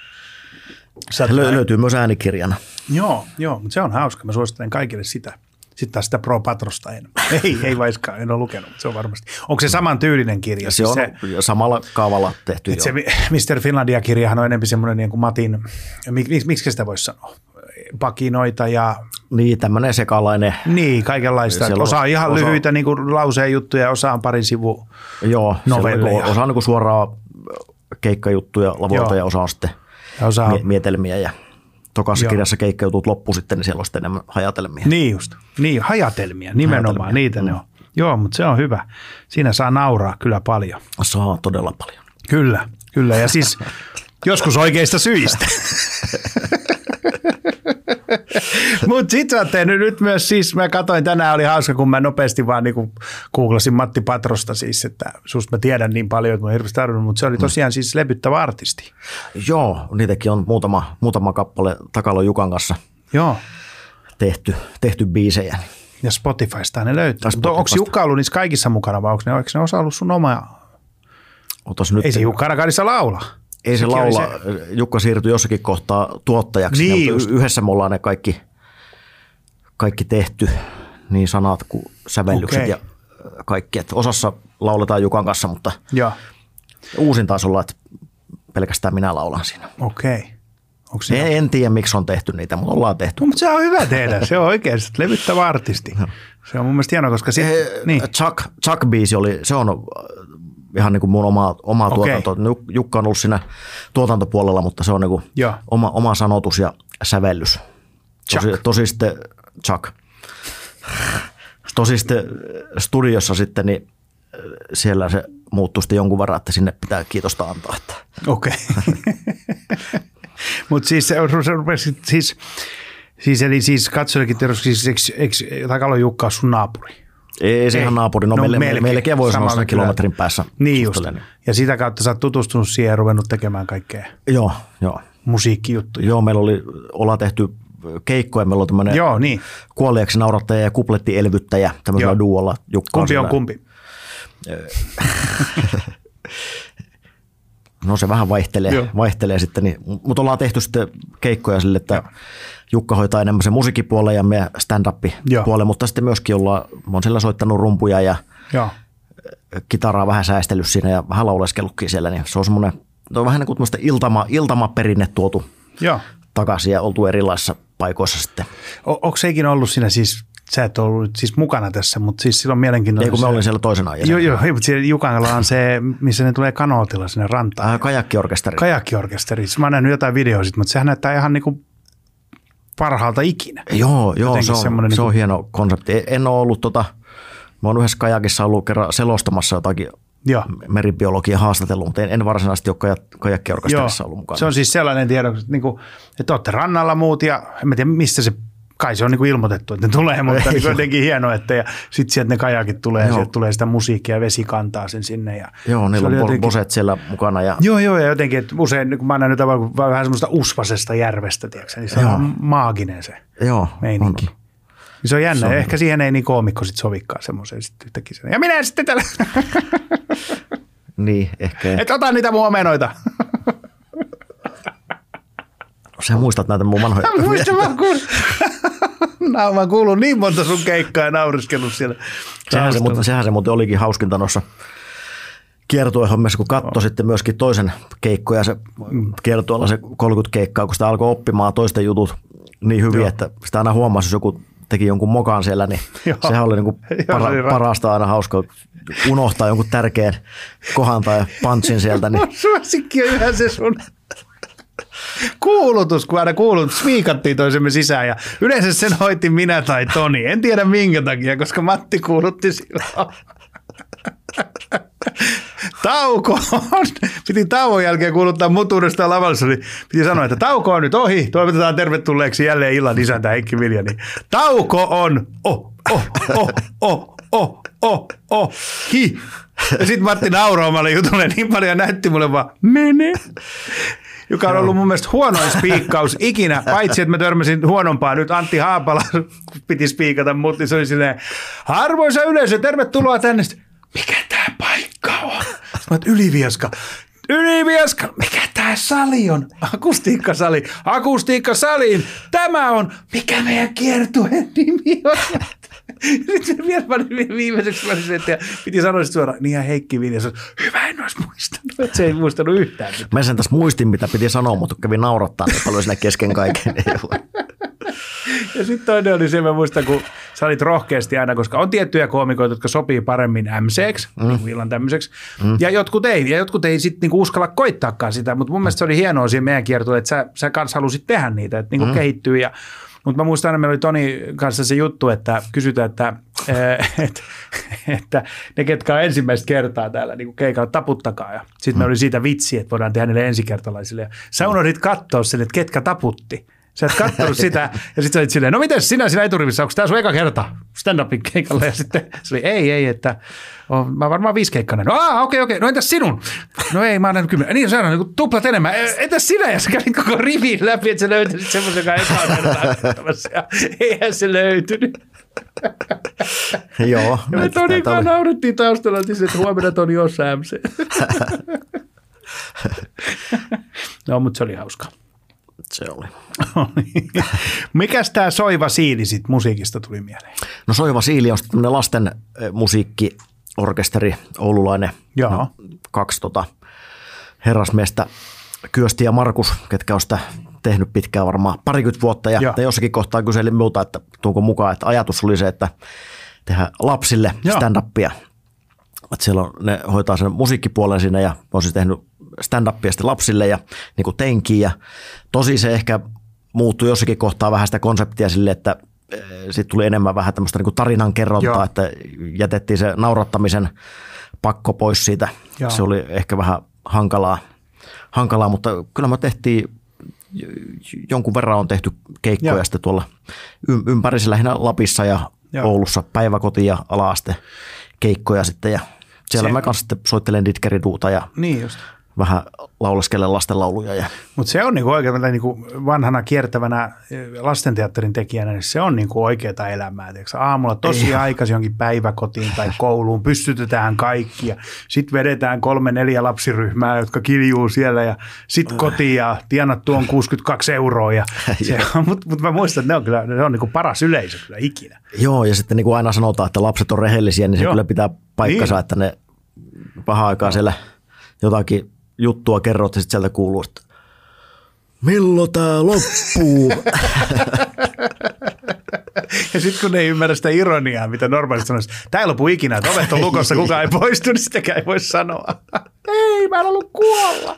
Löytyy myös äänikirjana. Joo, mutta se on hauska. Mä suosittelen kaikille sitä. Sitten taas sitä Pro Patrosta en. Ei vaiskaan, en ole lukenut, se on varmasti. Onko se saman tyylinen kirja? Se on samalla kaavalla tehty jo. Se Mr. Finlandia-kirjahan on enemmän semmoinen niin kuin Matin, miksi sitä voisi sanoa? Pakinoita ja... Niin, tämmöinen sekalainen. Niin, kaikenlaista. Osa on ihan lyhyitä niin kuin lauseen juttuja, osa on parin sivu novelleja. Osa on niin kuin suoraan keikkajuttuja lavolta ja osa on sitten mietelmiä ja tokassa kirjassa keikkajutut loppu sitten, niin siellä on sitten enemmän hajatelmia. Niin just, hajatelmia, nimenomaan niitä ne on. Joo, mutta se on hyvä. Siinä saa nauraa kyllä paljon. Saa todella paljon. Kyllä ja siis joskus oikeista syistä. Mutta sit sä oot tehnyt nyt myös siis, mä katsoin tänään, oli hauska, kun mä nopeasti vaan niinku googlasin Matti Patrosta siis, että susta mä tiedän niin paljon, että mä oon hirveästi tarvinnut, mutta se oli tosiaan siis levyttävä artisti. Joo, niitäkin on muutama kappale Takalon Jukan kanssa tehty biisejä. Ja Spotifysta ne löytää. Mutta onko Jukka ollut niissä kaikissa mukana vai onko ne osa ollut sun oma? Ei se Jukka Arakadissa laula. Ei se laula. Jukka siirtyi jossakin kohtaa tuottajaksi. Niin yhdessä me ollaan ne kaikki tehty, niin sanat kuin sävellykset ja kaikki. Et osassa lauletaan Jukan kanssa, mutta uusin taisi olla, että pelkästään minä laulan siinä. Okei. En tiedä, miksi on tehty niitä, mutta ollaan tehty. No, mutta se on hyvä tehdä. Se on oikeasti levyttävä artisti. Se on mun mielestä hienoa, koska niin. Chuck-biisi se on ihan niin kuin mun oma tuotanto. Jukka on ollut siinä tuotantopuolella, mutta se on niin kuin oma sanotus ja sävellys. Tosi sitten Chuck. Tosi sitten studiossa sitten, niin siellä se muuttui sitten jonkun verran, että sinne pitää kiitosta antaa. Okei. Mutta siis katsojillekin tiedoksi, eikö Takalon Jukka ole sun naapuri? Ei se ihan naapuri, melkein voi sanoa 100 kilometrin päässä. Niin just, ja sitä kautta sä oot tutustunut siihen ja ruvennut tekemään kaikkea. Joo. Musiikkijuttuja. Joo, ollaan tehty keikkoja, meillä on tämmöinen kuolleeksi naurattaja ja kuplettielvyttäjä tämmöisellä duolla. Kumpi on kumpi? No se vähän vaihtelee sitten, niin, mutta ollaan tehty sitten keikkoja sille, että Jukka hoitaa enemmän sen musiikkipuolen ja meidän stand-up-puolen, mutta sitten myöskin mä oon siellä soittanut rumpuja ja kitaraa vähän säästellyt siinä ja vähän lauleskellutkin siellä, niin se on semmoinen, vähän niin kuin tämmöistä iltamaperinne tuotu takaisin ja oltu erilaisissa paikoissa sitten. Onko se ikinä ollut siinä siis, sä et ollut siis mukana tässä, mutta siis silloin mielenkiintoinen. Ei kun mä olin siellä toisena jäsenä. Joo, mutta siellä Jukalla on se, missä ne tulee kanootilla sinne rantaan. Kajakkiorkesteri. Kajakkiorkesteri. Mä oon nähnyt jotain videoa siitä, mutta sehän näyttää ihan niin kuin parhaalta ikinä. Joo, se on hieno konsepti. En ole ollut mä oon yhdessä kajakissa ollut kerran selostamassa jotakin meribiologia haastatellut, mutta en varsinaisesti ole kajakkiorkesterissa ollut mukana. Se on siis sellainen tiedoksi, että olette rannalla muut ja en tiedä mistä se, kai se on niin ilmoitettu, että ne tulee, mutta niin jotenkin hienoa, että ja sitten sieltä ne kajakit tulee ja sieltä tulee sitä musiikkia ja vesi kantaa sen sinne. Ja joo, niillä on jotenkin boset siellä mukana. Joo, ja jotenkin, että usein kun mä oon nähnyt vähän semmoista usvasesta järvestä, tiedätkö, niin se on maaginen se meininki. On. Se on jännä, ja ehkä siihen ei niin koomikko sitten sovikaan semmoiseen sitten yhtäkkiä. Ja minä sitten tällä. Niin, ehkä. Et ota niitä mun omenoita. Sä muistat näitä mun vanhoja. Muistan mä oon kuullut niin monta sun keikkaa ja nauriskellut siellä. Sehän se muuten olikin hauskinta noissa kiertuehommissa, kun katsoi sitten myöskin toisen keikkoja. Se kiertueella se 30 keikkaa, kun sitä alkoi oppimaan toisten jutut niin hyvin, että sitä aina huomasi, jos joku teki jonkun mokan siellä, niin sehän oli niinku parasta aina hauska unohtaa jonkun tärkeän kohan tai punchin sieltä. Niin. Suosikki on yhä se sun kuulutus, kun aina smiikattiin toisemme sisään ja yleensä sen hoiti minä tai Toni. En tiedä minkä takia, koska Matti kuulutti silloin. Tauko on. Piti tauon jälkeen kuuluttaa mutuudesta lavalla. Piti sanoa, että tauko on nyt ohi. Toivotetaan tervetulleeksi jälleen illan isäntä Heikki Viljani. Tauko on hi. Ja sitten Matti nauroi omalle jutulle niin paljon ja näytti mulle vaan mene. Joka on ollut mun mielestä huonoin spiikkaus ikinä, paitsi että mä törmäsin huonompaa. Nyt Antti Haapala piti spiikata, mutta se oli silleen, arvoisa yleisö, tervetuloa tänne. Mikä tää paikka on? Mä oon Ylivieska, mikä tää sali on? Akustiikkasaliin. Tämä on, mikä meidän kiertueen nimi on? Sitten vielä viimeiseksi että piti sanoa suoraan, niin ihan Heikki Viljas, hyvä, en olisi muistanut, että se ei muistanut yhtään. Mä sen tässä muistin, mitä piti sanoa, mutta kävin naurattaa niin paljon siinä kesken kaiken. Ja sitten toinen oli se, mä muistan, kun sä olit rohkeasti aina, koska on tiettyjä koomikoita, jotka sopii paremmin MC:ksi, illan tämmöiseksi, ja jotkut ei sitten niinku uskalla koittaakaan sitä, mutta mun mielestä se oli hienoa siinä meidän kiertueella, että sä kanssa halusit tehdä niitä, että niinku kehittyy. Mutta mä muistan aina, meillä oli Toni kanssa se juttu, että kysytään, että ne, ketkä on ensimmäistä kertaa täällä niin keikalla, taputtakaa. Ja sitten me oli siitä vitsi, että voidaan tehdä niille ensikertalaisille. Ja sä unohdit katsoa sen, että ketkä taputti. Sä et katsonut sitä, ja sitten sä olit silleen, no miten sinä eturivissä, onko tämä sun eka kerta stand-upin keikalla? Ja sitten se oli, ei, että mä varmaan 5 keikkainen. No okei, no entäs sinun? No ei, mä oon nähnyt 10. Niin, se on niin tuplat enemmän. Entäs sinä? Ja sä kävit koko rivin läpi, että sä löytäisit semmoisen, joka ei saa kertaa. Ja eihän se löytynyt. Joo. Ja me Tonikaan naurettiin taustalla, että huomenna Toni on MC. No, mutta se oli hauska. Se oli. Mikäs tämä Soiva Siili sit musiikista tuli mieleen? No Soiva Siili on tämmöinen lasten musiikkiorkesteri, oululainen. Joo. No, 2 herrasmiestä, Kyösti ja Markus, ketkä on sitä tehnyt pitkään varmaan 20 vuotta. Ja jossakin kohtaa kyselin minulta, että tuonko mukaan, että ajatus oli se, että tehdään lapsille stand-upia. Että siellä on, ne hoitaa sen musiikkipuolen siinä ja on siis tehnyt stand-upia sitten lapsille ja niin kuin teinkin. Ja tosi se ehkä muuttui jossakin kohtaa vähän sitä konseptia sille, että sitten tuli enemmän vähän tämmöistä niin kuin tarinankerrontaa, että jätettiin se naurattamisen pakko pois siitä. Joo. Se oli ehkä vähän hankalaa, mutta kyllä me tehtiin, jonkun verran on tehty keikkoja sitten tuolla ympärissä lähinnä Lapissa ja Oulussa, päiväkoti ja ala-aste keikkoja sitten ja siellä mä kanssa sitten soittelen didgeriduuta ja niin just. Vähän lauleskelen lastenlauluja. Mutta se on niinku oikein niinku vanhana kiertävänä lastenteatterin tekijänä, niin se on niinku oikeaa elämää. Tiiäksä? Aamulla tosi aikaisin jonkin päiväkotiin tai kouluun, pystytetään kaikki ja sitten vedetään 3-4 lapsiryhmää, jotka kiljuu siellä ja sitten kotiin ja tienattu on 62 €. Mutta mä muistan, että ne on niinku paras yleisö kyllä ikinä. Joo, ja sitten niin kuin aina sanotaan, että lapset on rehellisiä, niin se kyllä pitää paikkansa, että ne vähän aikaa siellä jotakin juttua kerrot ja sitten sieltä kuuluu, että milloin tää loppuu? Ja sitten kun ne ei ymmärrä sitä ironiaa, mitä normaalisti sanoisi, tää ei lopu ikinä, että ovet on lukossa, kukaan ei poistu, niin sitäkään ei voi sanoa. Ei, mä en ollut kuolla.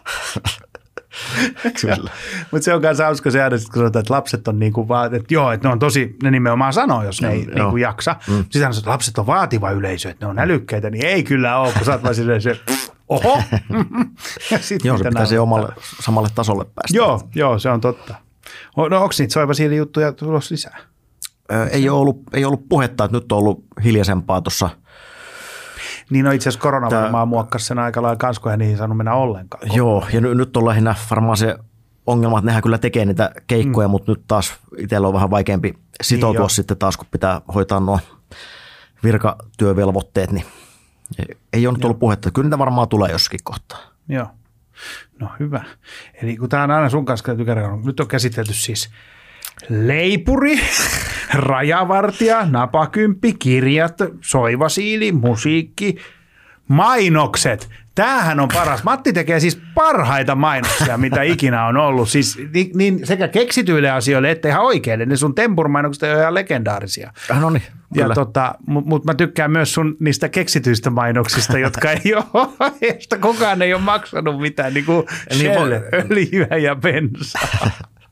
Mutta se on myös hauska se aina, kun sanotaan, että lapset on niinku että joo, että ne on tosi, ne nimenomaan sanoo, jos ne ei niinku jaksa. Sitten sanotaan, että lapset on vaativa yleisö, että ne on älykkäitä, niin ei kyllä ole, kun sä oot vaan silleen se, oho. Joo, se pitäisi samalle tasolle päästä. Joo, se on totta. No onko niitä Soiva Siili juttuja tulossa lisää? Ei ollut puhetta, että nyt on ollut hiljaisempaa tuossa. Niin itse asiassa korona varmaan muokkasi sen aika lailla kanssa, kun hän ei saanut mennä ollenkaan. Joo, ja nyt on lähinnä varmaan se ongelma, että nehän kyllä tekee niitä keikkoja, mutta nyt taas itsellä on vähän vaikeampi sitoutua sitten taas, kun pitää hoitaa nuo virkatyövelvoitteet, niin ei ole nyt ollut puhetta. Kyllä niitä varmaan tulee jossakin kohtaa. Joo, no hyvä. Eli kun tämä on aina sun kanssa nyt on käsitelty siis leipuri, rajavartija, napakymppi, kirjat, Soiva Siili, musiikki, mainokset. Tämähän on paras. Matti tekee siis parhaita mainoksia, mitä ikinä on ollut. Siis niin sekä keksityille asioille että ihan oikeille. Ne sun tempurmainokset on ihan legendaarisia. No niin, kyllä. Mutta mä tykkään myös sun niistä keksityistä mainoksista, jotka ei ole, josta kukaan ei ole maksanut mitään, niin kuin öljyä ja bensaa.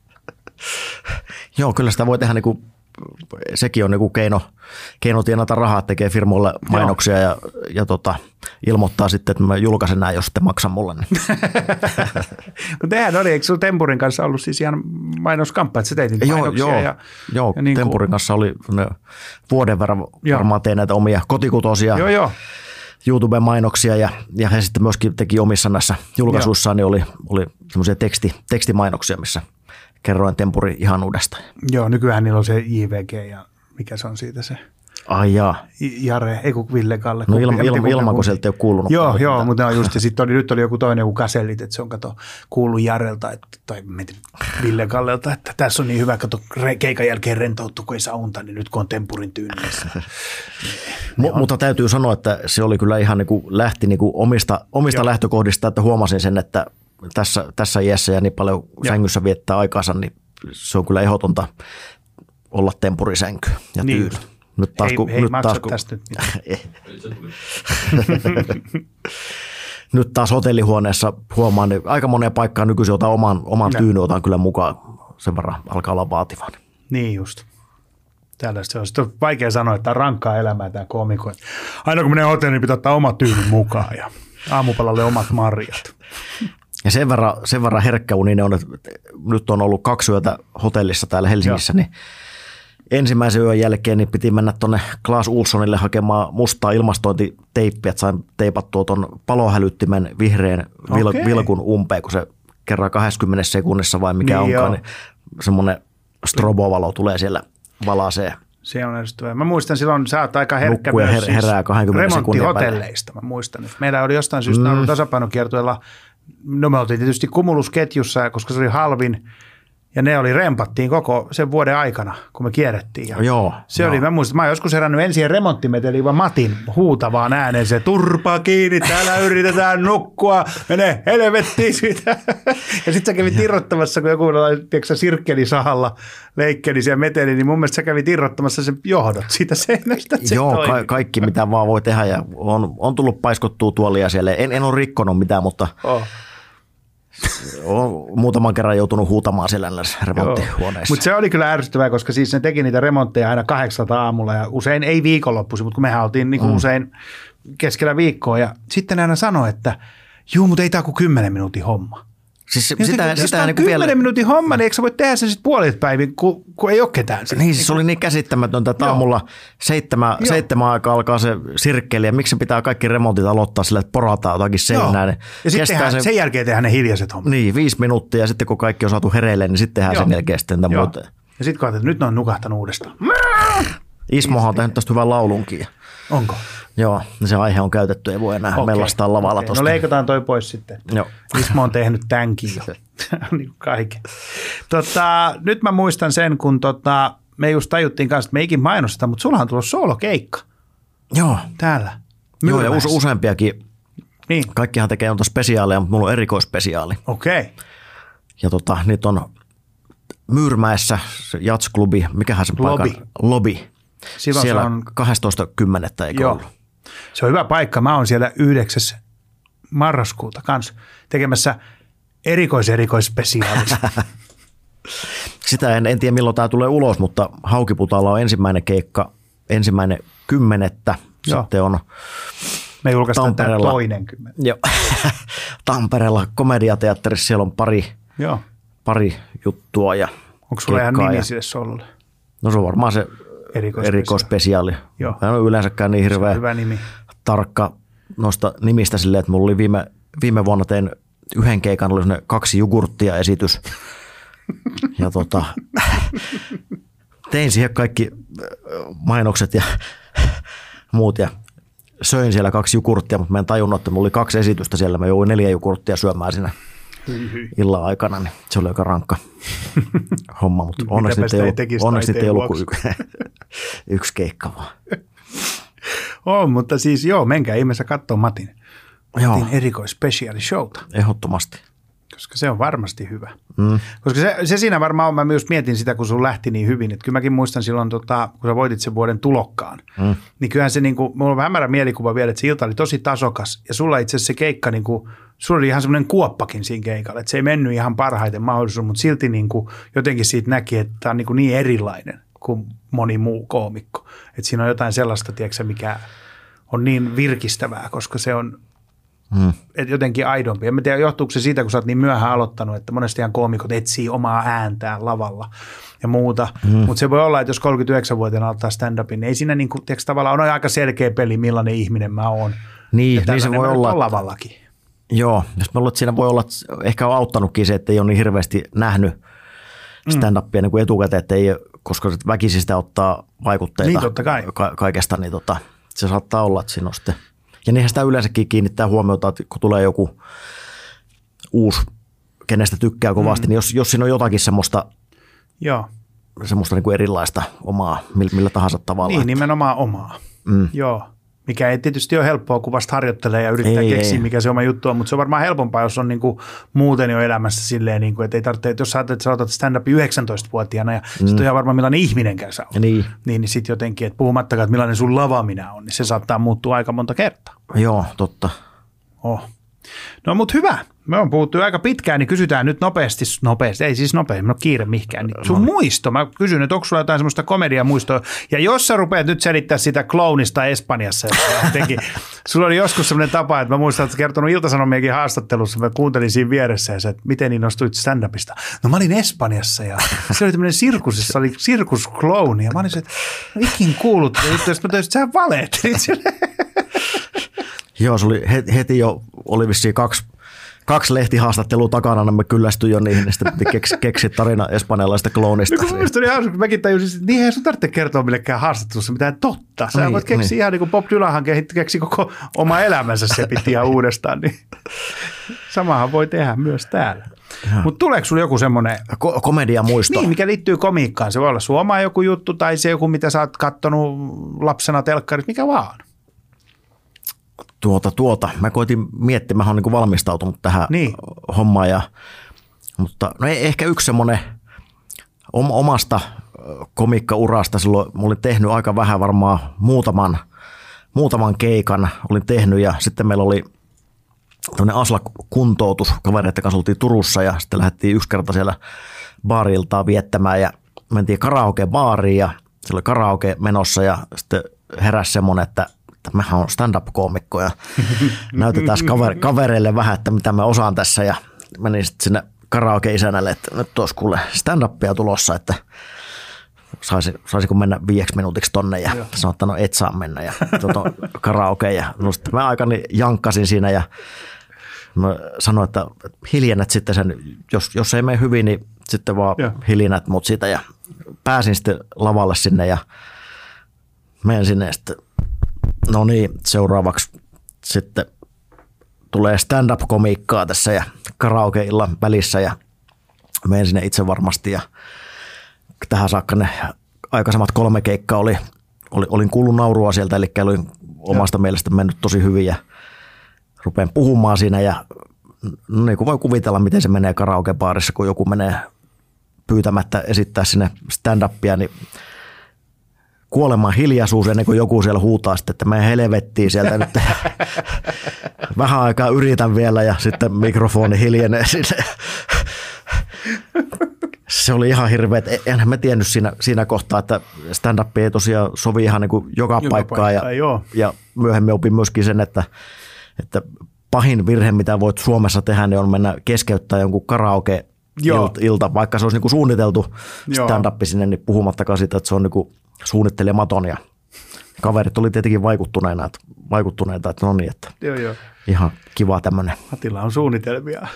Joo, kyllä sitä voi tehdä, sekin on keino tienata rahaa, että tekee firmoille mainoksia ja ilmoittaa sitten, että mä julkaisen nämä, jos te maksan mulle. Niin. Mutta tehän oli, eikö sun Tempurin kanssa ollut siis ihan mainoskamppa, että sä teit niitä mainoksia? Joo, niin Tempurin kanssa oli vuoden verran varmaan tein näitä omia kotikutoisia YouTube-mainoksia ja he sitten myöskin teki omissa näissä julkaisuissaan, niin oli semmoisia tekstimainoksia, missä kerroin Tempurin ihanuudesta. Joo, nykyään niillä on se JVG ja mikä se on siitä se? Ai jaa. Jare, ei kun Ville Kalle. No Ilmako sieltä ei ole kuulunut. Joo, mutta just, ja sitten nyt oli joku toinen kuin Kasellit, että se on kuullut Jarelta, tai Ville Kallelta, että tässä on niin hyvä, keikan jälkeen rentouttu, kun ei saa unta, niin nyt kun on tempurin tyynyessä. Mutta täytyy sanoa, että se oli kyllä ihan niin kuin lähti niin kuin omista lähtökohdista, että huomasin sen, että tässä iässä ja niin paljon sängyssä viettää aikaansa, niin se on kyllä ehdotonta olla tempurisänky ja tyyny. Nyt taas, nyt taas hotellihuoneessa huomaan, niin aika moneen paikkaan nykyisin otan oman tyynyn otan kyllä mukaan, sen verran alkaa olla vaativan. Niin just. Tällaista se on. Sitten on vaikea sanoa, että on rankkaa elämää tämä koomikko. Aina kun menee hotelliin, niin pitää ottaa oma tyynyn mukaan ja aamupalalle omat marjat. Ja sen verran herkkäuninen on, että nyt on ollut 2 yötä hotellissa täällä Helsingissä, niin ensimmäisen yön jälkeen niin piti mennä tuonne Clas Ohlsonille hakemaan mustaa ilmastointiteippiä, että sain teipattua tuon palohälyttimen vihreän vilkun umpeen, kun se kerran 20 sekunnissa vai mikä onkaan, niin semmoinen strobovalo tulee siellä valaaseen. Se on ärsyttävää. Mä muistan silloin, sä oot aika herkkä myös herää 20 remonttihotelleista. Mä muistan, että meillä oli jostain syystä ollut tasapainokiertueella, no me oltiin tietysti Cumulus-ketjussa, koska se oli halvin, ja ne rempattiin koko sen vuoden aikana, kun me kierrettiin. Ja mä muistan, mä oon joskus herännyt ensin remonttimeteliin vaan Matin huutavaan ääneen, se turpa kiinni, täällä yritetään nukkua, mene helvettiin siitä. Ja sit sä kävit irrottamassa, kun joku sirkkelisahalla leikkeli siellä meteli, niin mun mielestä sä kävit irrottamassa sen johdot siitä seinästä. Kaikki mitä vaan voi tehdä ja on tullut paiskottua tuolia siellä. En ole rikkonut mitään, mutta... Olen muutaman kerran joutunut huutamaan siellä remonttihuoneissa. Mutta se oli kyllä ärsyttävää, koska siis ne teki niitä remontteja aina 8 aamulla ja usein ei viikonloppuisin, mutta kun mehän oltiin niinku usein keskellä viikkoa ja sitten ne aina sanoi, että juu, mutta ei tämä kuin 10 minuutin homma. Siis sitä on 10 minuutin homma, niin eikö sä voi tehdä sen sitten puolet päivin, kun ei ole ketään. Niin, siis se oli niin käsittämätöntä, että aamulla 7 aikaa alkaa se sirkkeli, ja miksi se pitää kaikki remontit aloittaa sillä, että porataan jotakin seinään. Ja sitten sen jälkeen tehdään ne hiljaiset hommat. Niin, 5 minuuttia, ja sitten kun kaikki on saatu hereille, niin sitten tehdään sen jälkeen sitten muuta. Ja sitten katsotaan, että nyt ne on nukahtanut uudestaan. Ismohan on tehnyt tästä hyvän laulunkin. Onko? Joo, se aihe on käytetty, ei voi enää mellastaa lavalla tuosta. No leikataan toi pois sitten. Joo. Ismo on tehnyt tämänkin jo. Niin kaiken. Nyt mä muistan sen, kun me just tajuttiin kanssa, että me ikin mainosteta, mutta sulla on tullut soolokeikka. Joo. Täällä. Joo, ja useampiakin. Niin. Kaikkihan tekee spesiaaleja, mutta mulla on erikoisspesiaali. Okei. Ja niitä on Myyrmäessä, se jatsklubi, mikähän sen paikan? Lobby. Silloin siellä on 12.10. eikö ollut? Se on hyvä paikka. Mä oon siellä 9. marraskuuta kanssa tekemässä erikoisspesiaalista. Sitä en tiedä milloin tämä tulee ulos, mutta Haukiputaalla on ensimmäinen keikka 1.10. Sitten on me julkaistaan tämä 2.10. Joo. Tampereella komediateatterissa siellä on pari juttua. Ja onko sulla ihan nimi sille sololle? No se on varmaan se erikoisspesiaali. Mä en ole yleensäkään niin hirveän tarkka noista nimistä silleen, että mulla oli viime vuonna tein yhden keikan, oli 2 jogurttia esitys. Ja tein siihen kaikki mainokset ja muut ja söin siellä 2 jogurttia, mutta mä en tajunnut, että mulla oli 2 esitystä siellä. Mä jouduin 4 jogurttia syömään siinä illan aikana, niin se oli aika rankka homma, mutta onneksi nyt ei ollut kuin yksi keikka vaan. On, mutta siis menkää ihmeessä katsoa Matin erikoisspecial showta. Ehdottomasti. Koska se on varmasti hyvä. Koska se siinä varmaan, mä myös mietin sitä, kun sun lähti niin hyvin, että kyllä mäkin muistan silloin, kun sä voitit sen vuoden tulokkaan, niin kyllähän se, mulla on hämärä mielikuva vielä, että se ilta oli tosi tasokas, ja sulla itse asiassa se keikka, sulla oli ihan semmoinen kuoppakin siinä keikalla, että se ei mennyt ihan parhaiten mahdollisuus, mutta silti jotenkin siitä näki, että tämä on niin erilainen kuin moni muu koomikko. Että siinä on jotain sellaista, tiedätkö, mikä on niin virkistävää, koska se on jotenkin aidompi. En tiedä, johtuuko se siitä, kun sä oot niin myöhään aloittanut, että monestihan koomikot etsii omaa ääntään lavalla ja muuta. Mutta se voi olla, että jos 39-vuotiaana aloittaa stand-upin, niin ei siinä tavallaan on aika selkeä peli, millainen ihminen mä oon. Niin se voi olla. Lavallakin. Joo, jos mä luulen, että siinä voi olla, että ehkä on auttanutkin se, että ei ole niin hirveästi nähnyt stand-upia niin kuin etukäteen, että ei koska sit väkisin sitä ottaa vaikutteita niin, totta kai. Kaikesta, niin se saattaa olla, että siinä on sitten. Ja niinhän sitä yleensäkin kiinnittää huomiota, että kun tulee joku uusi, kenestä tykkää kovasti, niin jos siinä on jotakin semmoista niin kuin erilaista omaa, millä tahansa tavalla. Niin, nimenomaan omaa. Joo. Mikä ei tietysti ole helppoa, kun vasta harjoittelee ja yrittää keksiä, mikä se oma juttu on, mutta se on varmaan helpompaa, jos on niinku muuten jo elämässä silleen, niinku, että ei tarvitse, että jos sä ajattelet, että sä otat stand-upin 19-vuotiaana ja sitten on ihan varmaan millainen ihminenkään sä oot. Niin sitten jotenkin, että puhumattakaan, että millainen sun lavaaminen on, niin se saattaa muuttua aika monta kertaa. Joo, totta. No mutta hyvä. Me on puhuttu aika pitkään, niin kysytään nyt nopeasti, ei siis nopeasti, no kiire mihinkään. Niin sun muisto, mä kysyn, että onko sulla jotain semmoista komediamuistoa, ja jos sä rupeat nyt selittää sitä klounista Espanjassa, sulla oli joskus semmoinen tapa, että mä muistan, että sä kertonut Ilta-Sanomienkin haastattelussa, mä kuuntelin siinä vieressä ja että miten innostuit stand-upista. No mä olin Espanjassa ja se oli tämmöinen sirkus, se oli sirkusklouni ja mä olin se, että ikin kuullut, että sä valehtelit sille. Joo, se oli heti jo, oli vissiin kaksi lehtihaastattelua takana, niin mä kyllästyin jo niihin, ja sitten keksi tarina espanjalaisesta kloonista. No, mielestäni oli hauska, kun mäkin tajusin, että niinhän sun tarvitse kertoa millekään haastattelussa mitään totta. Sä voit keksiä ihan niin kuin Bob Dylanhan keksi koko oma elämänsä, se piti ihan uudestaan. Niin. Samahan voi tehdä myös täällä. Mutta tuleeko sulla joku semmoinen komediamuisto? Niin, mikä liittyy komiikkaan. Se voi olla sun oma joku juttu tai se joku, mitä sä oot kattonut lapsena telkkarissa, mikä vaan. Mä koitin miettiä, mä oon niin valmistautunut tähän hommaan, mutta no ehkä yksi semmoinen omasta komiikkaurasta, silloin mä olin tehnyt aika vähän, varmaan muutaman keikan olin tehnyt ja sitten meillä oli tämmöinen Asla-kuntoutus, kavereiden kanssa oltiin Turussa ja sitten lähdettiin yksi kerta siellä baari-iltaa viettämään ja mentiin karaoke-baariin ja siellä oli karaoke menossa ja sitten heräsi semmoinen, että mehän on stand-up-koomikko ja näytetään kavereille vähän, että mitä mä osaan tässä ja menin sitten sinne karaoke-isänälle, että nyt olisi kuule stand-upia tulossa, että saisiko mennä 5 minuutiksi tonne ja sanoin, että no et saa mennä ja karaoke ja no sitten mä aikani jankkasin siinä ja mä sanoin, että hiljennät sitten sen, jos ei mene hyvin, niin sitten vaan hiljennät mut siitä ja pääsin sitten lavalle sinne ja menen sinne sitten. No niin, seuraavaksi sitten tulee stand-up-komiikkaa tässä ja karaoke-illan välissä ja menen sinne itse varmasti ja tähän saakka ne aikaisemmat 3 keikkaa olin kuullut naurua sieltä, eli olin omasta mielestä mennyt tosi hyvin ja rupean puhumaan siinä ja no niin kuin voi kuvitella, miten se menee karaoke-baarissa, kun joku menee pyytämättä esittää sinne stand-upia, niin kuoleman hiljaisuus ennen kuin joku siellä huutaa sitten, että me helvettiin sieltä nyt. Vähän aikaa yritän vielä ja sitten mikrofoni hiljenee sinne. Se oli ihan hirveä, että enhän mä tiennyt siinä kohtaa, että stand-up ei tosiaan sovi ihan niin kuin joka paikkaan. Ja myöhemmin opin myöskin sen, että pahin virhe, mitä voit Suomessa tehdä, niin on mennä keskeyttää jonkun karaoke-ilta, vaikka se olisi niin kuin suunniteltu stand-up sinne, niin puhumattakaan siitä, että se on niin kuin suunnittelematon ja kaverit oli tietenkin vaikuttuneita, että no niin, että ihan kiva tämmöinen. Atilla on suunnitelmia.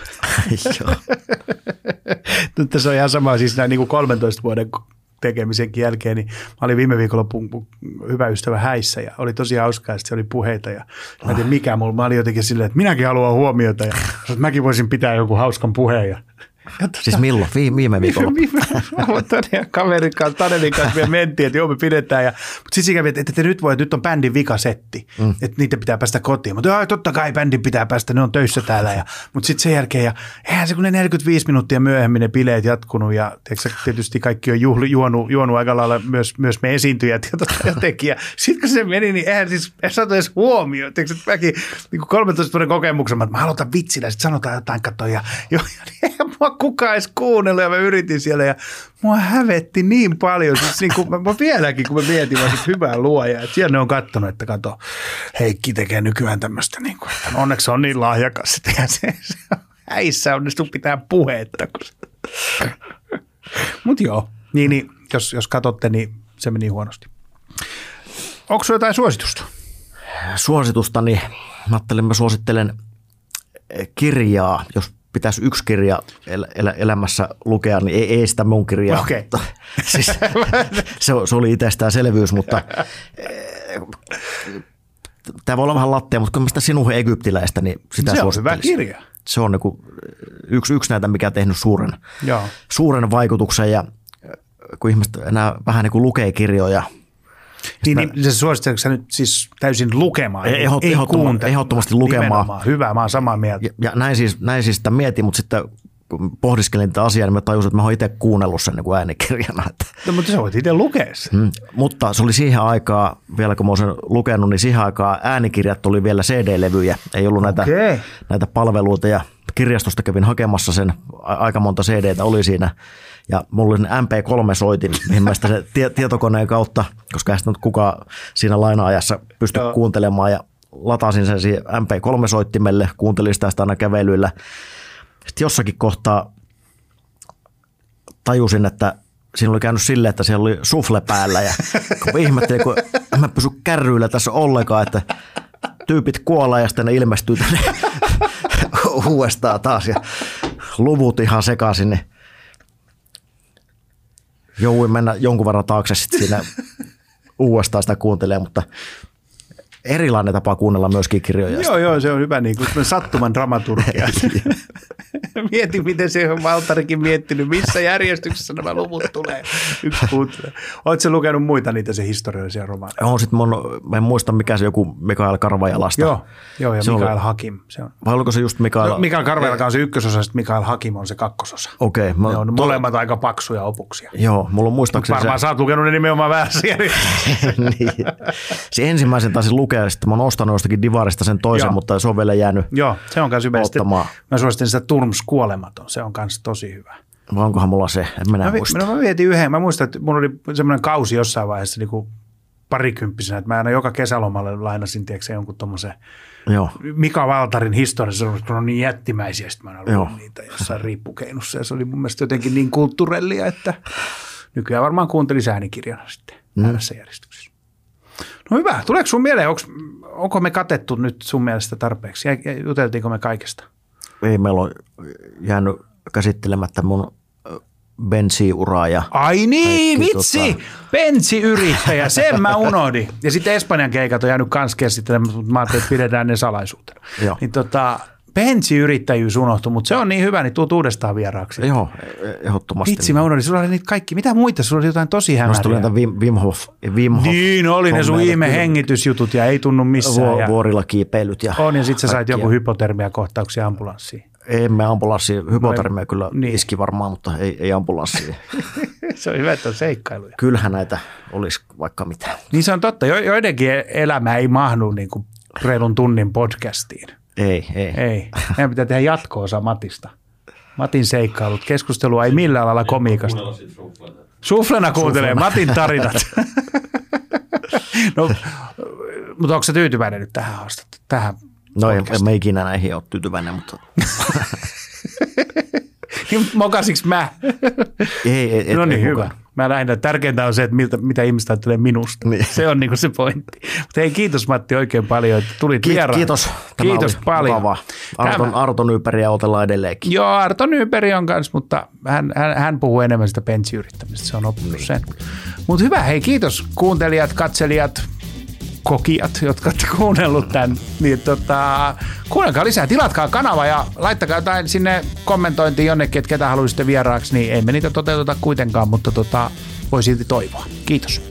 Nyt se on ihan sama, siis näin niin kuin 13 vuoden tekemisenkin jälkeen, niin mä olin viime viikonloppuun hyvä ystävä häissä ja oli tosi hauskaa, että se oli puheita ja mä en tiedä mikä, mä olin jotenkin silleen, että minäkin haluan huomiota ja mäkin voisin pitää jonkun hauskan puheen ja siis milloin? Viime viikolla? Kaverin kanssa, Tanelin kanssa me mentiin, että joo me pidetään. Mutta sitten siinä kävi, että nyt on bändin vikasetti, että niitä pitää päästä kotiin. Mutta totta kai bändin pitää päästä, ne on töissä täällä. Mutta sitten sen jälkeen, ja eihän se kun ne 45 minuuttia myöhemmin ne bileet jatkunut, ja tietysti kaikki on juonut aika lailla myös me esiintyjät ja tekijä. Sitten kun se meni, niin eihän siis saatu edes huomioon. Mäkin niin 13 vuoden kokemuksen, että mä aloitan vitsillä, sitten sanotaan jotain, ja eihän mua kukaan edes kuunnellut ja mä yritin siellä ja mua hävetti niin paljon. Siis niin kuin, mä vieläkin, kun mä mietin, mä sit hyvää luojaa. Että siellä ne on katsonut, että kato, Heikki tekee nykyään tämmöistä, niin kuin, että onneksi se on niin lahjakas. Että se häissä onnistuu pitää puhetta. Mutta joo, niin, jos katsotte, niin se meni huonosti. Onko sulla jotain suositusta? Suositusta, niin mä suosittelen kirjaa, jos pitäisi yksi kirja elämässä lukea, niin ei sitä mun kirjaa. Okay. Siis, se oli itsestäänselvyys, mutta tämä voi olla vähän lattea, mutta kun mä sitä Sinuhe Egyptiläistä, niin sitä se on hyvä kirja. Se on niin yksi näitä, mikä on tehnyt suuren vaikutuksen, ja kun ihmiset enää vähän niin kuin lukee kirjoja. Niin se suositteletko sä nyt siis täysin lukemaan? Ehdottomasti lukemaan. Nimenomaan. Hyvä, mä oon samaa mieltä. Ja näin siis sitä mietin, mutta sitten kun pohdiskelin tätä asiaa, niin mä tajusin, että mä oon itse kuunnellut sen niin kuin äänikirjana. No, mutta sä voit itse lukea sen. Mutta se oli siihen aikaan, vielä kun mä oon sen lukenut, niin siihen aikaan äänikirjat oli vielä CD-levyjä. Ei ollut näitä palveluita, ja kirjastosta kävin hakemassa sen, aika monta CDtä oli siinä. Ja mulla oli MP3-soitin, mihin mä sitä se tietokoneen kautta, koska ei sitä nyt kukaan siinä laina-ajassa pysty kuuntelemaan, ja latasin sen siihen MP3-soittimelle, kuuntelin sitä aina kävelyillä. Sitten jossakin kohtaa tajusin, että siinä oli käynyt silleen, että siellä oli sufle päällä, ja kun ihmettelin, kun en mä pysy kärryillä tässä ollenkaan, että tyypit kuolee ja sitten ne ilmestyy tänne uudestaan taas, ja luvut ihan sekaisin, niin jouduin mennä jonkun verran taakse sitten siinä uudestaan sitä kuuntelemaan, mutta erilainen tapa kuunnella myöskin kirjoja. Joo, se on hyvä niin kuin sattuman dramaturgia. Mieti, miten se on Valtarikin miettinyt, missä järjestyksessä nämä luvut tulee. Yksi kuuntelee. Oletko lukenut muita niitä se historiallisia romaaneja? On sitten mä en muista mikä se joku Mikael Karvajalasta. Joo, ja se Mikael Hakim. Se on. Vai oliko se just Mikael? No, Mikael Karvajala on se ykkösosa, sitten Mikael Hakim on se kakkososa. Okei. Ne on molemmat aika paksuja opuksia. Joo, mulla on muistaakseni varmaan sä oot lukenut ne nimenomaan väärässä järjestyksessä. Niin. Se ensimmäisen taisin lukea, ja sitten mä oon ostanut jostakin Divarista sen toisen, mutta se on vielä jäänyt. Joo, se on myös hyvä. Mä suosittelen sitä Turms kuolematon, se on myös tosi hyvä. Vai onkohan mulla se? En minä muista. Mä vietin yhden. Mä muistan, että mulla oli semmoinen kausi jossain vaiheessa niin kuin parikymppisenä, että mä aina joka kesälomalle lainasin, tiedätkö, jonkun tommoisen Mika Valtarin historiassa, se on niin jättimäisiä, sitten mä aina luin niitä jossain riippukeinussa, ja se oli mun mielestä jotenkin niin kulttuurellia, että nykyään varmaan kuuntelisi äänikirjana sitten väärässä järjestyksessä. No hyvä. Tuleeko sun mieleen, onko me katettu nyt sun mielestä tarpeeksi? Juteltiinko me kaikesta? Ei, meillä on jäänyt käsittelemättä mun bensiuraa. Ai niin, vitsi! Bensiyrittäjä, sen mä unohdin. Ja sitten Espanjan keikat on jäänyt kans käsittelemättä, mutta mä ajattelin, että pidetään ne salaisuutena. Niin bensiyrittäjyys unohtui, mutta se on niin hyvä, niin tuut uudestaan vieraaksi. Joo, ehdottomasti. Vitsi, mä unohdin, sulla oli niitä kaikki. Mitä muita? Sulla oli jotain tosi hämäriä. Tuli näitä Wim Hof. Niin, oli ne sun ihme hengitysjutut ja ei tunnu missään. Vuorilla kiipeilyt. Ja sit sä sait jonkun hypotermiakohtauksia ambulanssiin. Emme ambulanssiin. Hypotermia kyllä iski varmaan, mutta ei ambulanssiin. Se on hyvä, että on seikkailuja. Kyllähän näitä olisi vaikka mitä. Niin se on totta. Joidenkin elämä ei mahdu niin kuin reilun tunnin podcastiin. Ei. Meidän pitää tehdä jatko-osa Matista. Matin seikkailut. Keskustelua ei millään lailla komiikasta. Suflena kuuntelee Matin tarinat. No, mutta onko sä tyytyväinen nyt tähän haastatteluun? No en mä ikinä näihin ole tyytyväinen, mutta... Mokasinko mä? Ei. No niin, hyvä. Mä lähinnä, tärkeintä on se, että mitä ihmistä ajattelee minusta. Niin. Se on niinku se pointti. Mutta hei, kiitos Matti oikein paljon, että tulit vieraan. Kiitos. Kiitos paljon. Arto Nybergiä otellaan edelleenkin. Joo, Arto Nyberg on kanssa, mutta hän puhuu enemmän sitä bensiyrittämistä. Se on oppinut sen. Mutta hyvä, hei, kiitos kuuntelijat, katselijat, kokijat, jotka olette kuunnellut tämän. Niin, kuunnelkaa lisää, tilatkaa kanava ja laittakaa jotain sinne kommentointiin jonnekin, että ketä haluaisitte vieraaksi, niin ei me niitä toteuteta kuitenkaan, mutta voi silti toivoa. Kiitos.